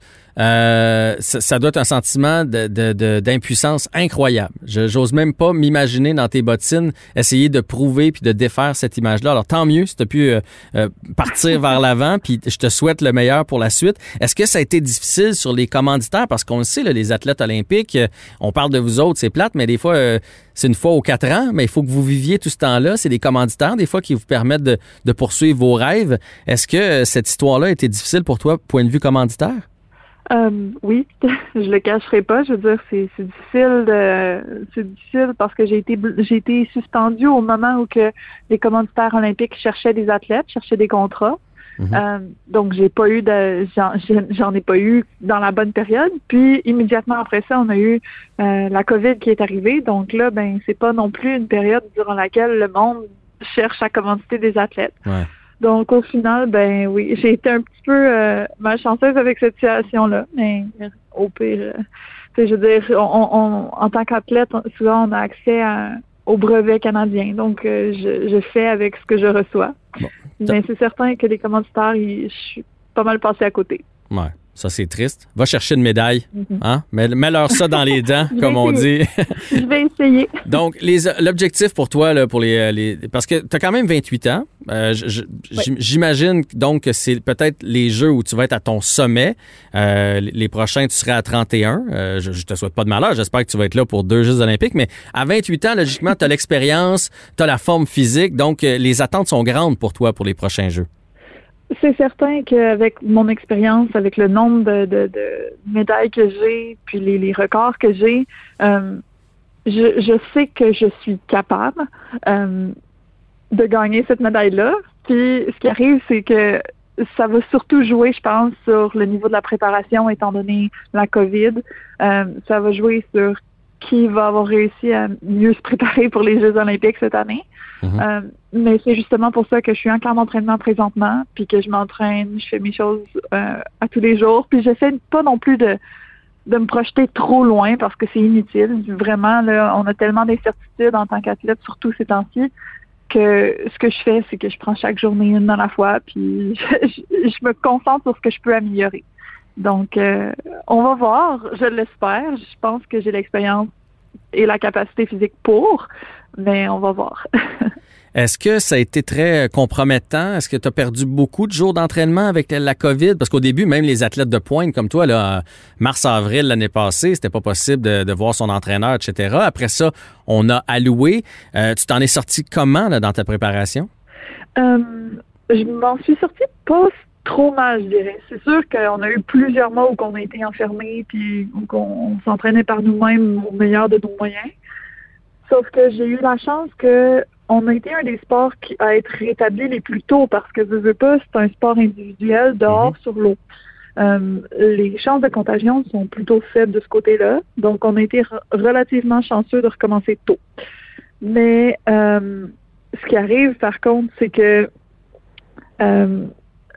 Euh, ça, ça doit être un sentiment de, de, de, d'impuissance incroyable. Je, j'ose même pas m'imaginer dans tes bottines essayer de prouver puis de défaire cette image-là. Alors tant mieux si tu as pu euh, euh, partir vers l'avant, puis je te souhaite le meilleur pour la suite. Est-ce que ça a été difficile sur les commanditaires? Parce qu'on le sait, là, les athlètes olympiques, euh, on parle de vous autres, c'est plate, mais des fois, euh, c'est une fois aux quatre ans, mais il faut que vous viviez tout ce temps-là. C'est des commanditaires, des fois, qui vous permettent de, de poursuivre vos rêves. Est-ce que euh, cette histoire-là a été difficile pour toi, point de vue commanditaire? Euh, oui, je le cacherai pas. Je veux dire, c'est, c'est difficile, de, c'est difficile parce que j'ai été, j'ai été suspendue au moment où que les commanditaires olympiques cherchaient des athlètes, cherchaient des contrats. Mm-hmm. Euh, donc j'ai pas eu de, j'en, j'en ai pas eu dans la bonne période. Puis immédiatement après ça, on a eu euh, la COVID qui est arrivée. Donc là, ben c'est pas non plus une période durant laquelle le monde cherche à commanditer des athlètes. Ouais. Donc, au final, ben oui, j'ai été un petit peu euh, malchanceuse avec cette situation-là, mais au pire, euh, je veux dire, on, on, en tant qu'athlète, souvent, on a accès à, au brevet canadien. Donc, euh, je, je fais avec ce que je reçois. Bon. Mais c'est certain que les commanditaires, ils, je suis pas mal passée à côté. Ouais. Ça, c'est triste. Va chercher une médaille. Mm-hmm. Hein? Mets, mets-leur ça dans les dents, comme on dit. Je vais essayer. Donc, les, l'objectif pour toi, là, pour les, les parce que tu as quand même vingt-huit ans. Euh, je, je, oui. J'imagine donc que c'est peut-être les Jeux où tu vas être à ton sommet. Euh, les prochains, tu serais à trente et un. Euh, je, je te souhaite pas de malheur. J'espère que tu vas être là pour deux Jeux olympiques. Mais à vingt-huit ans, logiquement, tu as l'expérience, tu as la forme physique. Donc, les attentes sont grandes pour toi pour les prochains Jeux. C'est certain qu'avec mon expérience, avec le nombre de, de, de médailles que j'ai, puis les, les records que j'ai, euh, je, je sais que je suis capable euh, de gagner cette médaille-là. Puis ce qui arrive, c'est que ça va surtout jouer, je pense, sur le niveau de la préparation, étant donné la COVID. Euh, ça va jouer sur qui va avoir réussi à mieux se préparer pour les Jeux olympiques cette année. Mm-hmm. Euh, mais c'est justement pour ça que je suis en camp d'entraînement présentement, puis que je m'entraîne, je fais mes choses euh, à tous les jours, puis j'essaie pas non plus de de me projeter trop loin parce que c'est inutile. Vraiment, là, on a tellement d'incertitudes en tant qu'athlète, surtout ces temps-ci, que ce que je fais, c'est que je prends chaque journée une à la fois, puis je, je, je me concentre sur ce que je peux améliorer. Donc, euh, on va voir, je l'espère. Je pense que j'ai l'expérience et la capacité physique pour, mais on va voir. Est-ce que ça a été très compromettant? Est-ce que tu as perdu beaucoup de jours d'entraînement avec la COVID? Parce qu'au début, même les athlètes de pointe comme toi, là, mars-avril l'année passée, c'était pas possible de, de voir son entraîneur, et cetera. Après ça, on a alloué. Euh, tu t'en es sorti comment là, dans ta préparation? Euh, je m'en suis sortie pas trop mal, je dirais. C'est sûr qu'on a eu plusieurs mois où on a été enfermés puis où on, on s'entraînait par nous-mêmes au meilleur de nos moyens. Sauf que j'ai eu la chance que on a été un des sports qui a été rétabli les plus tôt parce que veux, veux pas, c'est un sport individuel dehors mm-hmm. sur l'eau. Euh, les chances de contagion sont plutôt faibles de ce côté-là. Donc, on a été r- relativement chanceux de recommencer tôt. Mais euh, ce qui arrive, par contre, c'est que euh,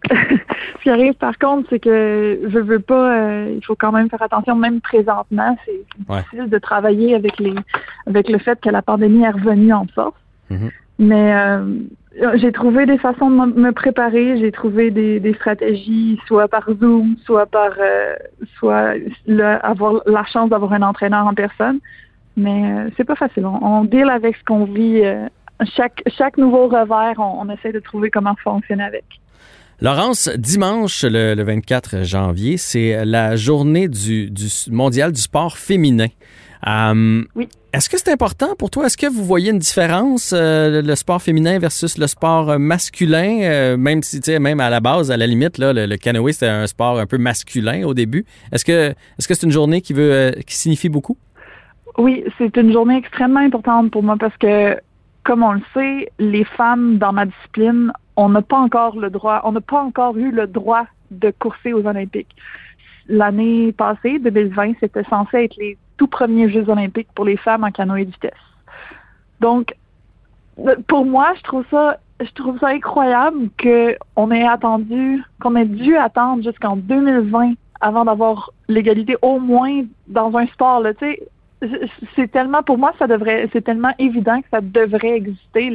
ce qui arrive, par contre, c'est que je veux pas, euh, il faut quand même faire attention, même présentement, c'est, c'est ouais. difficile de travailler avec les avec le fait que la pandémie est revenue en force. Mm-hmm. Mais euh, j'ai trouvé des façons de me préparer, j'ai trouvé des, des stratégies, soit par Zoom, soit par euh, soit le, avoir la chance d'avoir un entraîneur en personne. Mais euh, c'est pas facile. On, on deal avec ce qu'on vit. Euh, chaque chaque nouveau revers, on, on essaie de trouver comment fonctionner avec. Laurence, dimanche, le, le vingt-quatre janvier, c'est la journée du, du mondial du sport féminin. Euh, oui. Est-ce que c'est important pour toi? Est-ce que vous voyez une différence, euh, le sport féminin versus le sport masculin? Euh, même si, tu sais, même à la base, à la limite, là, le, le canoë, c'était un sport un peu masculin au début. Est-ce que, est-ce que c'est une journée qui veut, euh, qui signifie beaucoup? Oui, c'est une journée extrêmement importante pour moi parce que, comme on le sait, les femmes dans ma discipline, on n'a pas encore le droit, on n'a pas encore eu le droit de courser aux Olympiques. L'année passée, deux mille vingt, c'était censé être les tout premiers Jeux olympiques pour les femmes en canoë de vitesse. Donc, pour moi, je trouve ça, je trouve ça incroyable qu'on ait attendu, qu'on ait dû attendre jusqu'en deux mille vingt avant d'avoir l'égalité au moins dans un sport, là, tu sais. C'est tellement, pour moi, ça devrait, c'est tellement évident que ça devrait exister,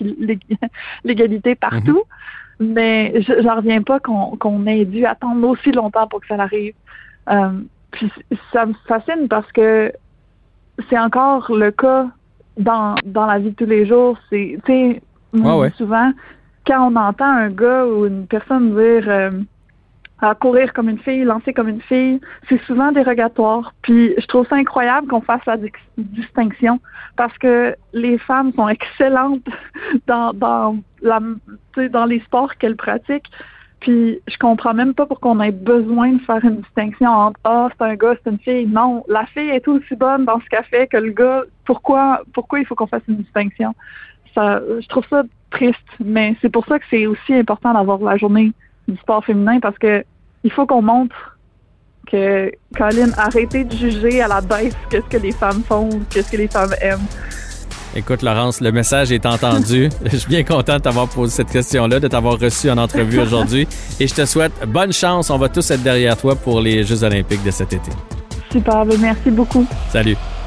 l'égalité partout. Mm-hmm. Mais j'en reviens pas qu'on, qu'on ait dû attendre aussi longtemps pour que ça arrive. Euh, puis ça me fascine parce que c'est encore le cas dans, dans la vie de tous les jours. C'est, tu sais, ah ouais. souvent, quand on entend un gars ou une personne dire euh, à courir comme une fille, lancer comme une fille, c'est souvent dérogatoire. Puis je trouve ça incroyable qu'on fasse la di- distinction parce que les femmes sont excellentes dans dans la tu sais, dans les sports qu'elles pratiquent. Puis je comprends même pas pourquoi on ait besoin de faire une distinction entre ah, c'est un gars, c'est une fille. Non, la fille est aussi bonne dans ce qu'elle fait que le gars. Pourquoi pourquoi il faut qu'on fasse une distinction? Ça, je trouve ça triste, mais c'est pour ça que c'est aussi important d'avoir la journée du sport féminin parce que il faut qu'on montre que, Colin, arrêtez de juger à la baisse qu'est-ce que les femmes font, qu'est-ce que les femmes aiment. Écoute, Laurence, le message est entendu. Je suis bien content de t'avoir posé cette question-là, de t'avoir reçu en entrevue aujourd'hui. Et je te souhaite bonne chance. On va tous être derrière toi pour les Jeux olympiques de cet été. Super, merci beaucoup. Salut.